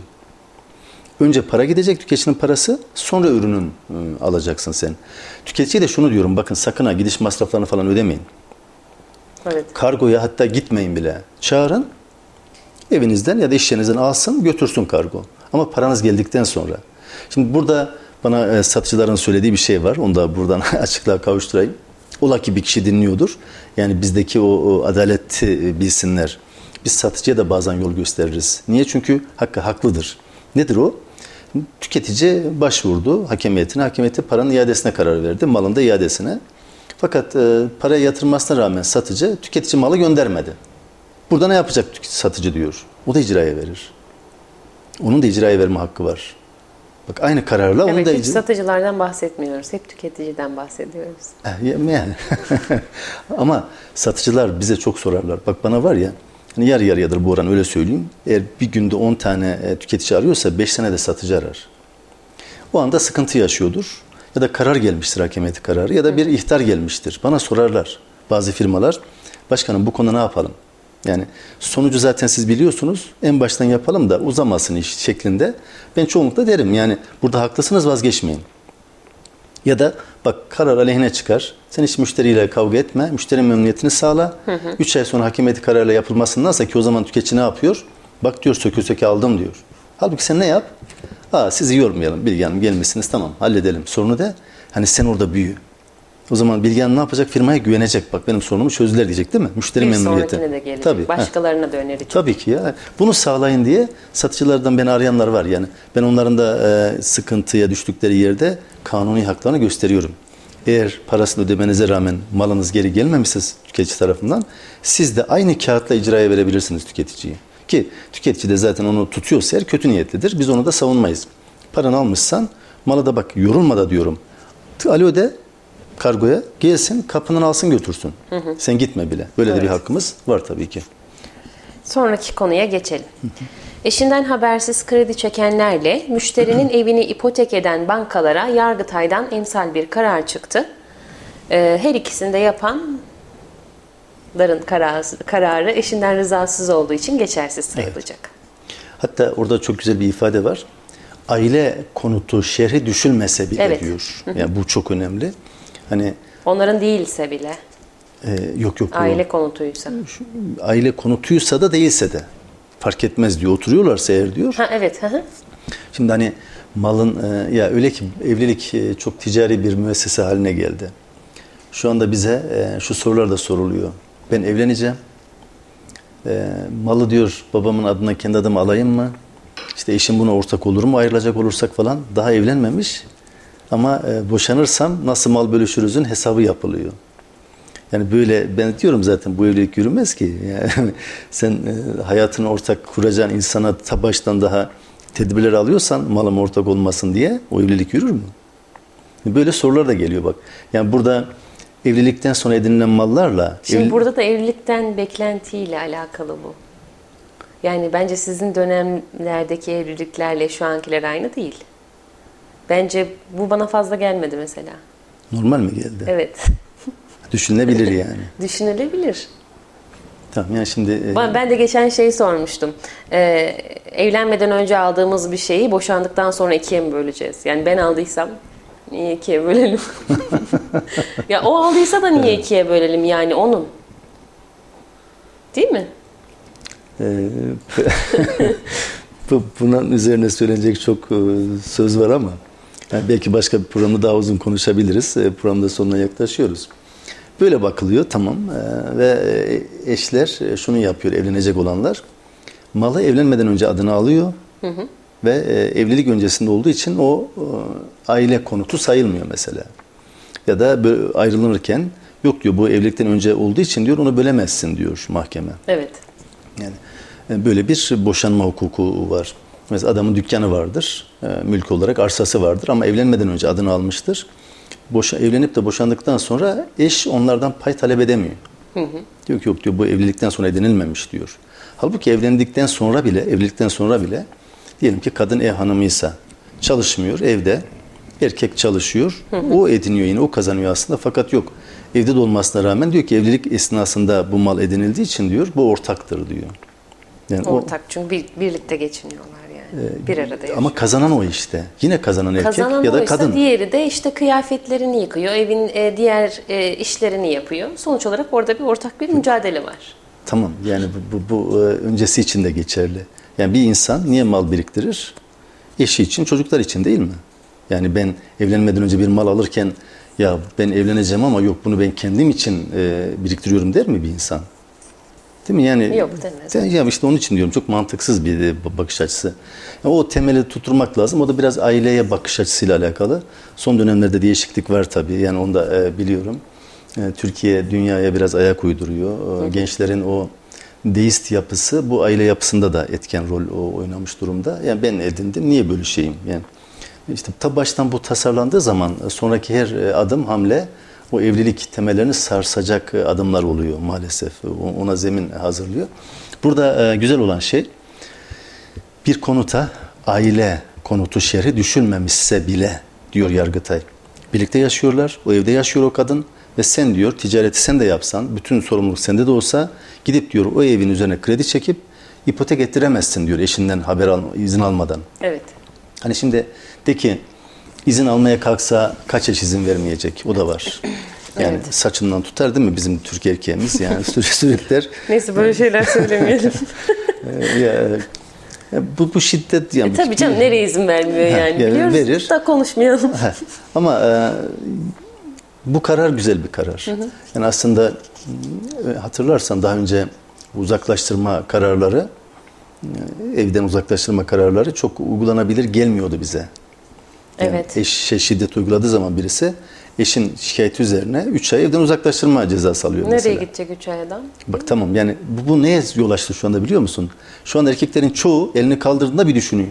Speaker 4: Önce para gidecek, tüketicinin parası, sonra ürünün ıı, alacaksın sen. Tüketiciye de şunu diyorum. Bakın sakın ha gidiş masraflarını falan ödemeyin.
Speaker 3: Evet.
Speaker 4: Kargoya hatta gitmeyin bile. Çağırın. Evinizden ya da iş yerinizden alsın, götürsün kargo. Ama paranız geldikten sonra. Şimdi burada bana e, satıcıların söylediği bir şey var. Onu da buradan açıklığa kavuşturayım. Ola ki bir kişi dinliyordur. Yani bizdeki o, o adaleti bilsinler. Biz satıcıya da bazen yol gösteririz. Niye? Çünkü hakkı haklıdır. Nedir o? Tüketici başvurdu hakem heyetine. Hakem heyeti paranın iadesine karar verdi. Malın da iadesine. Fakat e, paraya yatırmasına rağmen satıcı tüketici malı göndermedi. Burada ne yapacak satıcı diyor. O da icraya verir. Onun da icraya verme hakkı var. Bak aynı kararla
Speaker 3: evet,
Speaker 4: onu da...
Speaker 3: hiç satıcılardan bahsetmiyoruz. Hep tüketiciden bahsediyoruz.
Speaker 4: Yani. Ama satıcılar bize çok sorarlar. Bak bana var ya, hani yarı yarıyadır bu oran, öyle söyleyeyim. Eğer bir günde on tane tüketici arıyorsa beş tane de satıcı arar. O anda sıkıntı yaşıyordur. Ya da karar gelmiştir, hakem heyeti kararı, ya da bir ihtar gelmiştir. Bana sorarlar bazı firmalar. Başkanım bu konuda ne yapalım? Yani sonucu zaten siz biliyorsunuz. En baştan yapalım da uzamasın iş şeklinde. Ben çoğunlukla derim yani burada haklısınız, vazgeçmeyin. Ya da bak karar aleyhine çıkar. Sen hiç müşteriyle kavga etme. Müşterinin memnuniyetini sağla. üç ay sonra hakem heyeti kararıyla yapılmasındansa, ki o zaman tüketici ne yapıyor? Bak diyor, söke söke aldım diyor. Halbuki sen ne yap? Aa, sizi yormayalım. Bilge Hanım gelmişsiniz, tamam halledelim. Sorunu de hani sen orada büyü. O zaman Bilge Hanım ne yapacak? Firmaya güvenecek. Bak benim sorunumu çözdüler diyecek değil mi? Müşteri
Speaker 3: bir
Speaker 4: memnuniyeti.
Speaker 3: sonrakine de gelecek.
Speaker 4: Tabii.
Speaker 3: Başkalarına Heh. da önerecek.
Speaker 4: Tabii ki ya. Bunu sağlayın diye satıcılardan beni arayanlar var. Yani ben onların da e, sıkıntıya düştükleri yerde kanuni haklarını gösteriyorum. Eğer parasını ödemenize rağmen malınız geri gelmemişse tüketici tarafından, siz de aynı kağıtla icraya verebilirsiniz tüketiciyi. Ki tüketici de zaten onu tutuyorsa eğer kötü niyetlidir. Biz onu da savunmayız. Paranı almışsan malı da bak yorulma da diyorum. Alo de kargoya, gelsin kapından alsın götürsün. Hı hı. Sen gitme bile. Böyle evet. de bir hakkımız var tabii ki.
Speaker 3: Sonraki konuya geçelim. Hı hı. Eşinden habersiz kredi çekenlerle müşterinin evini ipotek eden bankalara Yargıtay'dan emsal bir karar çıktı. Ee, her ikisini de yapanların kararı, kararı eşinden rızasız olduğu için geçersiz sayılacak. Evet.
Speaker 4: Hatta orada çok güzel bir ifade var. Aile konutu şerhi düşülmese bile evet. diyor. Hı hı. Yani bu çok önemli. Hani
Speaker 3: onların değilse bile.
Speaker 4: E, yok yok.
Speaker 3: Aile konutuysa.
Speaker 4: Şu, aile konutuysa da değilse de fark etmez diyor. Oturuyorlarsa eğer diyor.
Speaker 3: Ha evet. Hı hı.
Speaker 4: Şimdi hani malın e, ya öyle ki evlilik e, çok ticari bir müessese haline geldi. Şu anda bize e, şu sorular da soruluyor. Ben evleneceğim. E, malı diyor babamın adına kendi adımı alayım mı? İşte eşim buna ortak olur mu? Ayrılacak olursak falan. Daha evlenmemiş. Ama e, boşanırsam nasıl mal bölüşürüzün hesabı yapılıyor. Yani böyle ben diyorum zaten bu evlilik yürümez ki. Yani sen e, hayatını ortak kuracağın insana ta baştan daha tedbirler alıyorsan malım ortak olmasın diye o evlilik yürür mü? Böyle sorular da geliyor bak. Yani burada evlilikten sonra edinilen mallarla...
Speaker 3: Şimdi
Speaker 4: evli...
Speaker 3: burada da evlilikten beklentiyle alakalı bu. Yani bence sizin dönemlerdeki evliliklerle şu ankiler aynı değil. Bence bu bana fazla gelmedi mesela.
Speaker 4: Normal mi geldi?
Speaker 3: Evet.
Speaker 4: Düşünülebilir yani.
Speaker 3: Düşünülebilir.
Speaker 4: Tamam yani şimdi... E...
Speaker 3: Ben de geçen şeyi sormuştum. Ee, evlenmeden önce aldığımız bir şeyi boşandıktan sonra ikiye mi böleceğiz? Yani ben aldıysam niye ikiye bölelim? Ya o aldıysa da niye evet. ikiye bölelim yani onun? Değil mi?
Speaker 4: Ee, bunun üzerine söylenecek çok söz var ama yani belki başka bir programda daha uzun konuşabiliriz. Programda sonuna yaklaşıyoruz. Böyle bakılıyor tamam ee, ve eşler şunu yapıyor evlenecek olanlar. Malı evlenmeden önce adını alıyor hı hı. ve e, evlilik öncesinde olduğu için o e, aile konutu sayılmıyor mesela. Ya da böyle ayrılırken yok diyor bu evlilikten önce olduğu için diyor onu bölemezsin diyor mahkeme.
Speaker 3: Evet.
Speaker 4: Yani e, böyle bir boşanma hukuku var. Mesela adamın dükkanı vardır, e, mülk olarak arsası vardır ama evlenmeden önce adını almıştır. Boşa, evlenip de boşandıktan sonra eş onlardan pay talep edemiyor. Hı hı. Diyor ki yok diyor bu evlilikten sonra edinilmemiş diyor. Halbuki evlendikten sonra bile, evlilikten sonra bile diyelim ki kadın ev hanımıysa çalışmıyor evde, erkek çalışıyor, hı hı. o ediniyor yine o kazanıyor aslında fakat yok. Evde de olmasına rağmen diyor ki evlilik esnasında bu mal edinildiği için diyor bu ortaktır diyor.
Speaker 3: Yani ortak o, çünkü bir, birlikte geçiniyorlar yani. E, bir arada yaşıyor.
Speaker 4: Ama kazanan o işte. Yine kazanan erkek
Speaker 3: kazanan
Speaker 4: ya da
Speaker 3: oysa
Speaker 4: kadın.
Speaker 3: Diğeri de işte kıyafetlerini yıkıyor, evin e, diğer e, işlerini yapıyor. Sonuç olarak orada bir ortak bir mücadele var. Tamam
Speaker 4: yani bu, bu, bu öncesi için de geçerli. Yani bir insan niye mal biriktirir? Eşi için, çocuklar için değil mi? Yani ben evlenmeden önce bir mal alırken ya ben evleneceğim ama yok bunu ben kendim için e, biriktiriyorum der mi bir insan? Değil mi? Yani
Speaker 3: yok demez.
Speaker 4: Ya işte onun için diyorum çok mantıksız bir bakış açısı. Yani o temeli tutturmak lazım. O da biraz aileye bakış açısıyla alakalı. Son dönemlerde değişiklik var tabii. Yani onu da e, biliyorum. E, Türkiye dünyaya biraz ayak uyduruyor. E, gençlerin o deist yapısı bu aile yapısında da etken rol o, oynamış durumda. Yani ben edindim niye böyle şeyim? Yani işte ta baştan bu tasarlandığı zaman sonraki her adım hamle o evlilik temellerini sarsacak adımlar oluyor maalesef. Ona zemin hazırlıyor. Burada güzel olan şey bir konuta aile konutu şerhi düşülmemişse bile diyor Yargıtay. Birlikte yaşıyorlar. O evde yaşıyor o kadın ve sen diyor ticareti sen de yapsan bütün sorumluluk sende de olsa gidip diyor o evin üzerine kredi çekip ipotek ettiremezsin diyor eşinden haber al, izin almadan.
Speaker 3: Evet.
Speaker 4: Hani şimdi de ki izin almaya kalksa kaç eş izin vermeyecek o da var. Yani evet. Saçından tutar değil mi bizim Türk erkeğimiz yani sürekli.
Speaker 3: Neyse böyle şeyler söylemeyelim.
Speaker 4: ya, ya bu, bu şiddet yani.
Speaker 3: E, tabii canım nereye izin vermiyor yani, yani biliyoruz verir. Da konuşmayalım.
Speaker 4: Ha, ama e, bu karar güzel bir karar. Hı hı. Yani aslında hatırlarsan daha önce uzaklaştırma kararları evden uzaklaştırma kararları çok uygulanabilir gelmiyordu bize. Yani
Speaker 3: evet.
Speaker 4: Eşe şiddet uyguladığı zaman birisi eşin şikayeti üzerine üç ay evden uzaklaştırma cezası alıyor
Speaker 3: Nereye
Speaker 4: mesela.
Speaker 3: Nereye gidecek üç ay adam?
Speaker 4: Bak tamam yani bu, bu neye yol açtı şu anda biliyor musun? Şu anda erkeklerin çoğu elini kaldırdığında bir düşünüyor.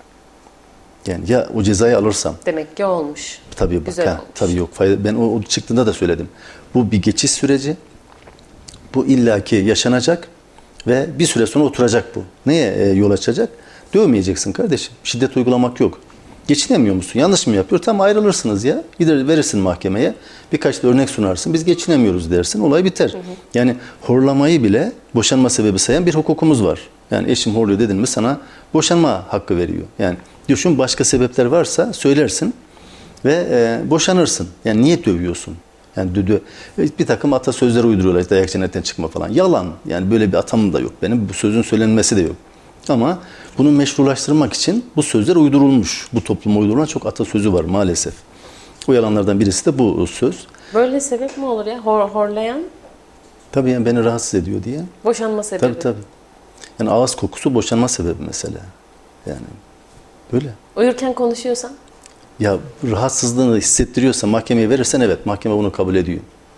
Speaker 4: Yani ya o cezayı alırsam.
Speaker 3: Demek ki olmuş.
Speaker 4: Tabii bak
Speaker 3: Güzel
Speaker 4: ha,
Speaker 3: olmuş.
Speaker 4: Tabii yok. Ben o, o çıktığında da söyledim. Bu bir geçiş süreci. Bu illaki yaşanacak ve bir süre sonra oturacak bu. Neye e, yol açacak? Dövmeyeceksin kardeşim. Şiddet uygulamak yok. Geçinemiyor musun? Yanlış mı yapıyor? Tam ayrılırsınız ya. Gider verirsin mahkemeye. Birkaç da örnek sunarsın. Biz geçinemiyoruz dersin. Olay biter. Hı hı. Yani horlamayı bile boşanma sebebi sayan bir hukukumuz var. Yani eşim horluyor dedin mi sana boşanma hakkı veriyor. Yani düşün başka sebepler varsa söylersin ve e, boşanırsın. Yani niye dövüyorsun? Yani dö- dö- bir takım atasözleri uyduruyorlar. Dayak cennetten çıkma falan. Yalan. Yani böyle bir atam da yok benim. Bu sözün söylenmesi de yok. Ama bunu meşrulaştırmak için bu sözler uydurulmuş. Bu topluma uydurulan çok atasözü var maalesef. O yalanlardan birisi de bu söz.
Speaker 3: Böyle sebep mi olur ya? Hor, horlayan?
Speaker 4: Tabii yani beni rahatsız ediyor diye.
Speaker 3: Boşanma sebebi.
Speaker 4: Tabii tabii. Yani ağız kokusu boşanma sebebi mesela. Yani böyle.
Speaker 3: Uyurken konuşuyorsan?
Speaker 4: Ya rahatsızlığını hissettiriyorsa mahkemeye verirsen evet mahkeme bunu kabul ediyor.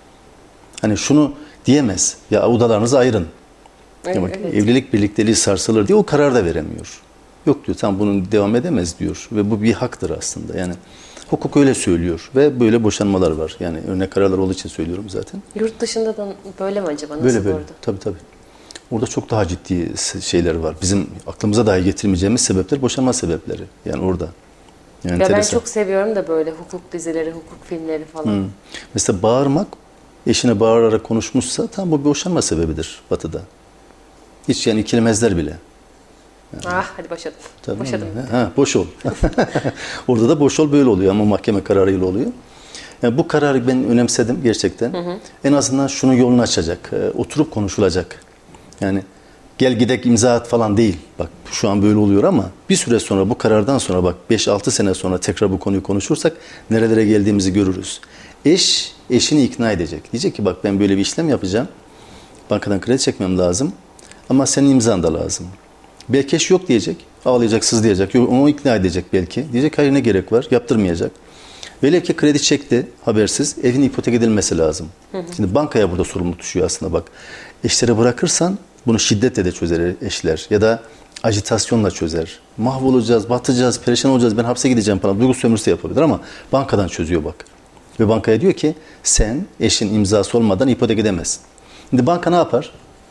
Speaker 4: Hani şunu diyemez. Ya odalarınızı ayırın.
Speaker 3: Evet,
Speaker 4: ya bak,
Speaker 3: evet.
Speaker 4: Evlilik birlikteliği sarsılır diye o karar da veremiyor. Yok diyor tam bunun devam edemez diyor. Ve bu bir haktır aslında. Yani hukuk öyle söylüyor. Ve böyle boşanmalar var. Yani örnek kararlar olduğu için söylüyorum zaten.
Speaker 3: Yurt dışında da böyle mi acaba? Nasıl
Speaker 4: böyle böyle.
Speaker 3: orada?
Speaker 4: Tabii tabii. Orada çok daha ciddi şeyler var. Bizim aklımıza dahi getirmeyeceğimiz sebepler boşanma sebepleri. Yani orada. Yani
Speaker 3: ya ben çok seviyorum da böyle hukuk dizileri, hukuk filmleri falan. Hmm.
Speaker 4: Mesela bağırmak, eşine bağırarak konuşmuşsa tam bu bir boşanma sebebidir Batı'da. Hiç yani ikilemezler bile.
Speaker 3: Yani. Ah hadi boşadım.
Speaker 4: Tabii
Speaker 3: boşadım.
Speaker 4: Ha, boş ol. Orada da boş ol böyle oluyor ama mahkeme kararıyla oluyor. Yani bu kararı ben önemsedim gerçekten. Hı hı. En azından şunu yolunu açacak. Oturup konuşulacak. Yani gel gidek imza at falan değil. Bak şu an böyle oluyor ama bir süre sonra bu karardan sonra bak beş altı sene sonra tekrar bu konuyu konuşursak nerelere geldiğimizi görürüz. Eş eşini ikna edecek. Diyecek ki bak ben böyle bir işlem yapacağım. Bankadan kredi çekmem lazım. Ama senin imzan da lazım. Belki eş yok diyecek. Ağlayacak, sızlayacak. Onu ikna edecek belki. Diyecek hayır ne gerek var? Yaptırmayacak. Velev ki kredi çekti habersiz. Evin ipotek edilmesi lazım. Hı hı. Şimdi bankaya burada sorumluluk düşüyor aslında bak. Eşlere bırakırsan bunu şiddetle de çözer eşler. Ya da ajitasyonla çözer. Mahvolacağız, batacağız, perişan olacağız. Ben hapse gideceğim falan. Duygu sömürüsü yapabilir ama bankadan çözüyor bak. Ve bankaya diyor ki sen eşin imzası olmadan ipotek edemezsin. Şimdi banka ne yapar?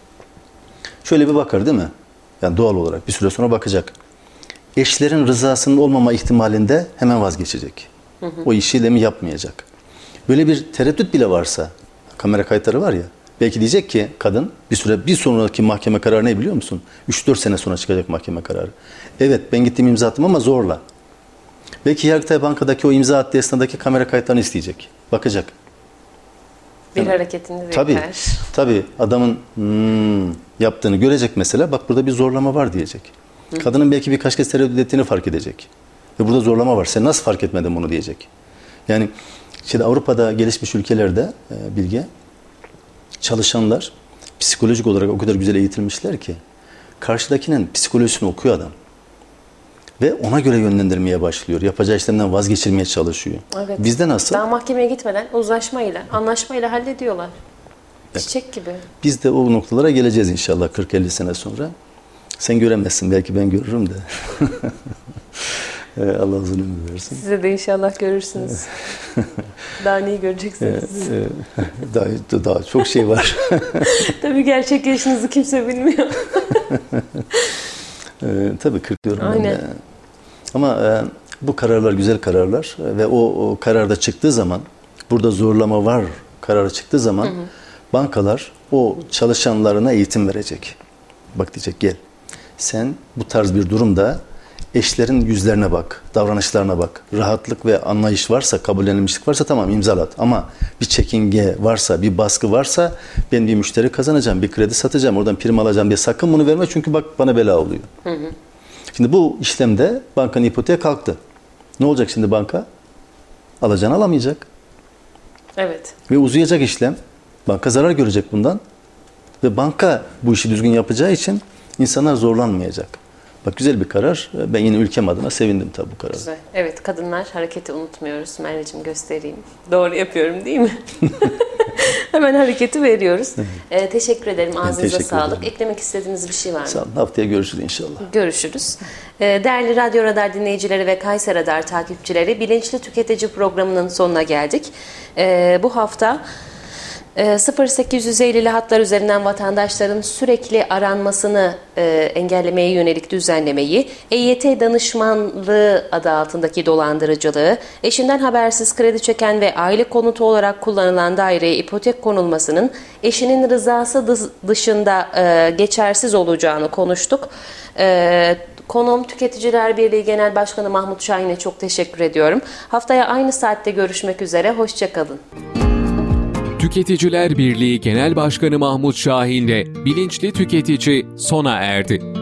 Speaker 4: Şöyle bir bakar değil mi? Yani doğal olarak bir süre sonra bakacak. Eşlerin rızasının olmama ihtimalinde hemen vazgeçecek. Hı hı. O işlemi yapmayacak. Böyle bir tereddüt bile varsa, kamera kayıtları var ya, belki diyecek ki kadın bir süre bir sonraki mahkeme kararı ne biliyor musun? üç dört sene sonra çıkacak mahkeme kararı. Evet ben gittim imza attım ama zorla. Belki Yargıtay Banka'daki o imza attığı esnadaki kamera kayıtlarını isteyecek. Bakacak.
Speaker 3: Bir yani, hareketini bekler.
Speaker 4: Tabii, tabii adamın hmm, yaptığını görecek mesela. Bak burada bir zorlama var diyecek. Hı. Kadının belki birkaç kez tereddüt ettiğini fark edecek. Ve burada zorlama var. Sen nasıl fark etmedin bunu diyecek. Yani işte Avrupa'da gelişmiş ülkelerde e, Bilge çalışanlar psikolojik olarak o kadar güzel eğitilmişler ki karşıdakinin psikolojisini okuyor adam. Ve ona göre yönlendirmeye başlıyor. Yapacağı işlemden vazgeçirmeye çalışıyor. Evet. Bizde nasıl?
Speaker 3: Daha mahkemeye gitmeden uzlaşmayla, anlaşmayla hallediyorlar. Evet. Çiçek gibi.
Speaker 4: Biz de o noktalara geleceğiz inşallah kırk elli sene sonra. Sen göremezsin. Belki ben görürüm de. Allah uzun ömür versin.
Speaker 3: Size de inşallah görürsünüz. Daha neyi göreceksiniz?
Speaker 4: daha, daha çok şey var.
Speaker 3: Tabii gerçek yaşınızı kimse bilmiyor.
Speaker 4: Ee, tabii kırk diyorum ben de. Ama e, bu kararlar güzel kararlar ve o, o kararda çıktığı zaman burada zorlama var kararı çıktığı zaman hı hı. bankalar o çalışanlarına eğitim verecek. Bak diyecek gel sen bu tarz bir durumda eşlerin yüzlerine bak, davranışlarına bak. Rahatlık ve anlayış varsa, kabullenilmişlik varsa tamam imzalat. Ama bir çekinge varsa, bir baskı varsa ben bir müşteri kazanacağım, bir kredi satacağım, oradan prim alacağım diye sakın bunu verme çünkü bak bana bela oluyor. Hı hı. Şimdi bu işlemde bankanın ipoteğe kalktı. Ne olacak şimdi banka? Alacağını alamayacak.
Speaker 3: Evet.
Speaker 4: Ve uzayacak işlem. Banka zarar görecek bundan. Ve banka bu işi düzgün yapacağı için insanlar zorlanmayacak. Bak güzel bir karar. Ben yine ülkem adına sevindim tabii bu karara.
Speaker 3: Güzel. Evet kadınlar hareketi unutmuyoruz. Merveciğim göstereyim. Doğru yapıyorum değil mi? Hemen hareketi veriyoruz. ee, teşekkür ederim. Ağzınıza teşekkür sağlık. Ederim. Eklemek istediğiniz bir şey var mı?
Speaker 4: Sağ olun. Haftaya görüşürüz inşallah.
Speaker 3: Görüşürüz. Ee, değerli Radyo Radar dinleyicileri ve Kayser Radar takipçileri Bilinçli Tüketici programının sonuna geldik. Ee, bu hafta sıfır sekiz yüz elli hatlar üzerinden vatandaşların sürekli aranmasını e, engellemeye yönelik düzenlemeyi, E Y T danışmanlığı adı altındaki dolandırıcılığı, eşinden habersiz kredi çeken ve aile konutu olarak kullanılan daireye ipotek konulmasının eşinin rızası dışında e, geçersiz olacağını konuştuk. E, Konuğum Tüketiciler Birliği Genel Başkanı Mahmut Şahin'e çok teşekkür ediyorum. Haftaya aynı saatte görüşmek üzere, hoşça kalın.
Speaker 2: Tüketiciler Birliği Genel Başkanı Mahmut Şahin'le Bilinçli Tüketici sona erdi.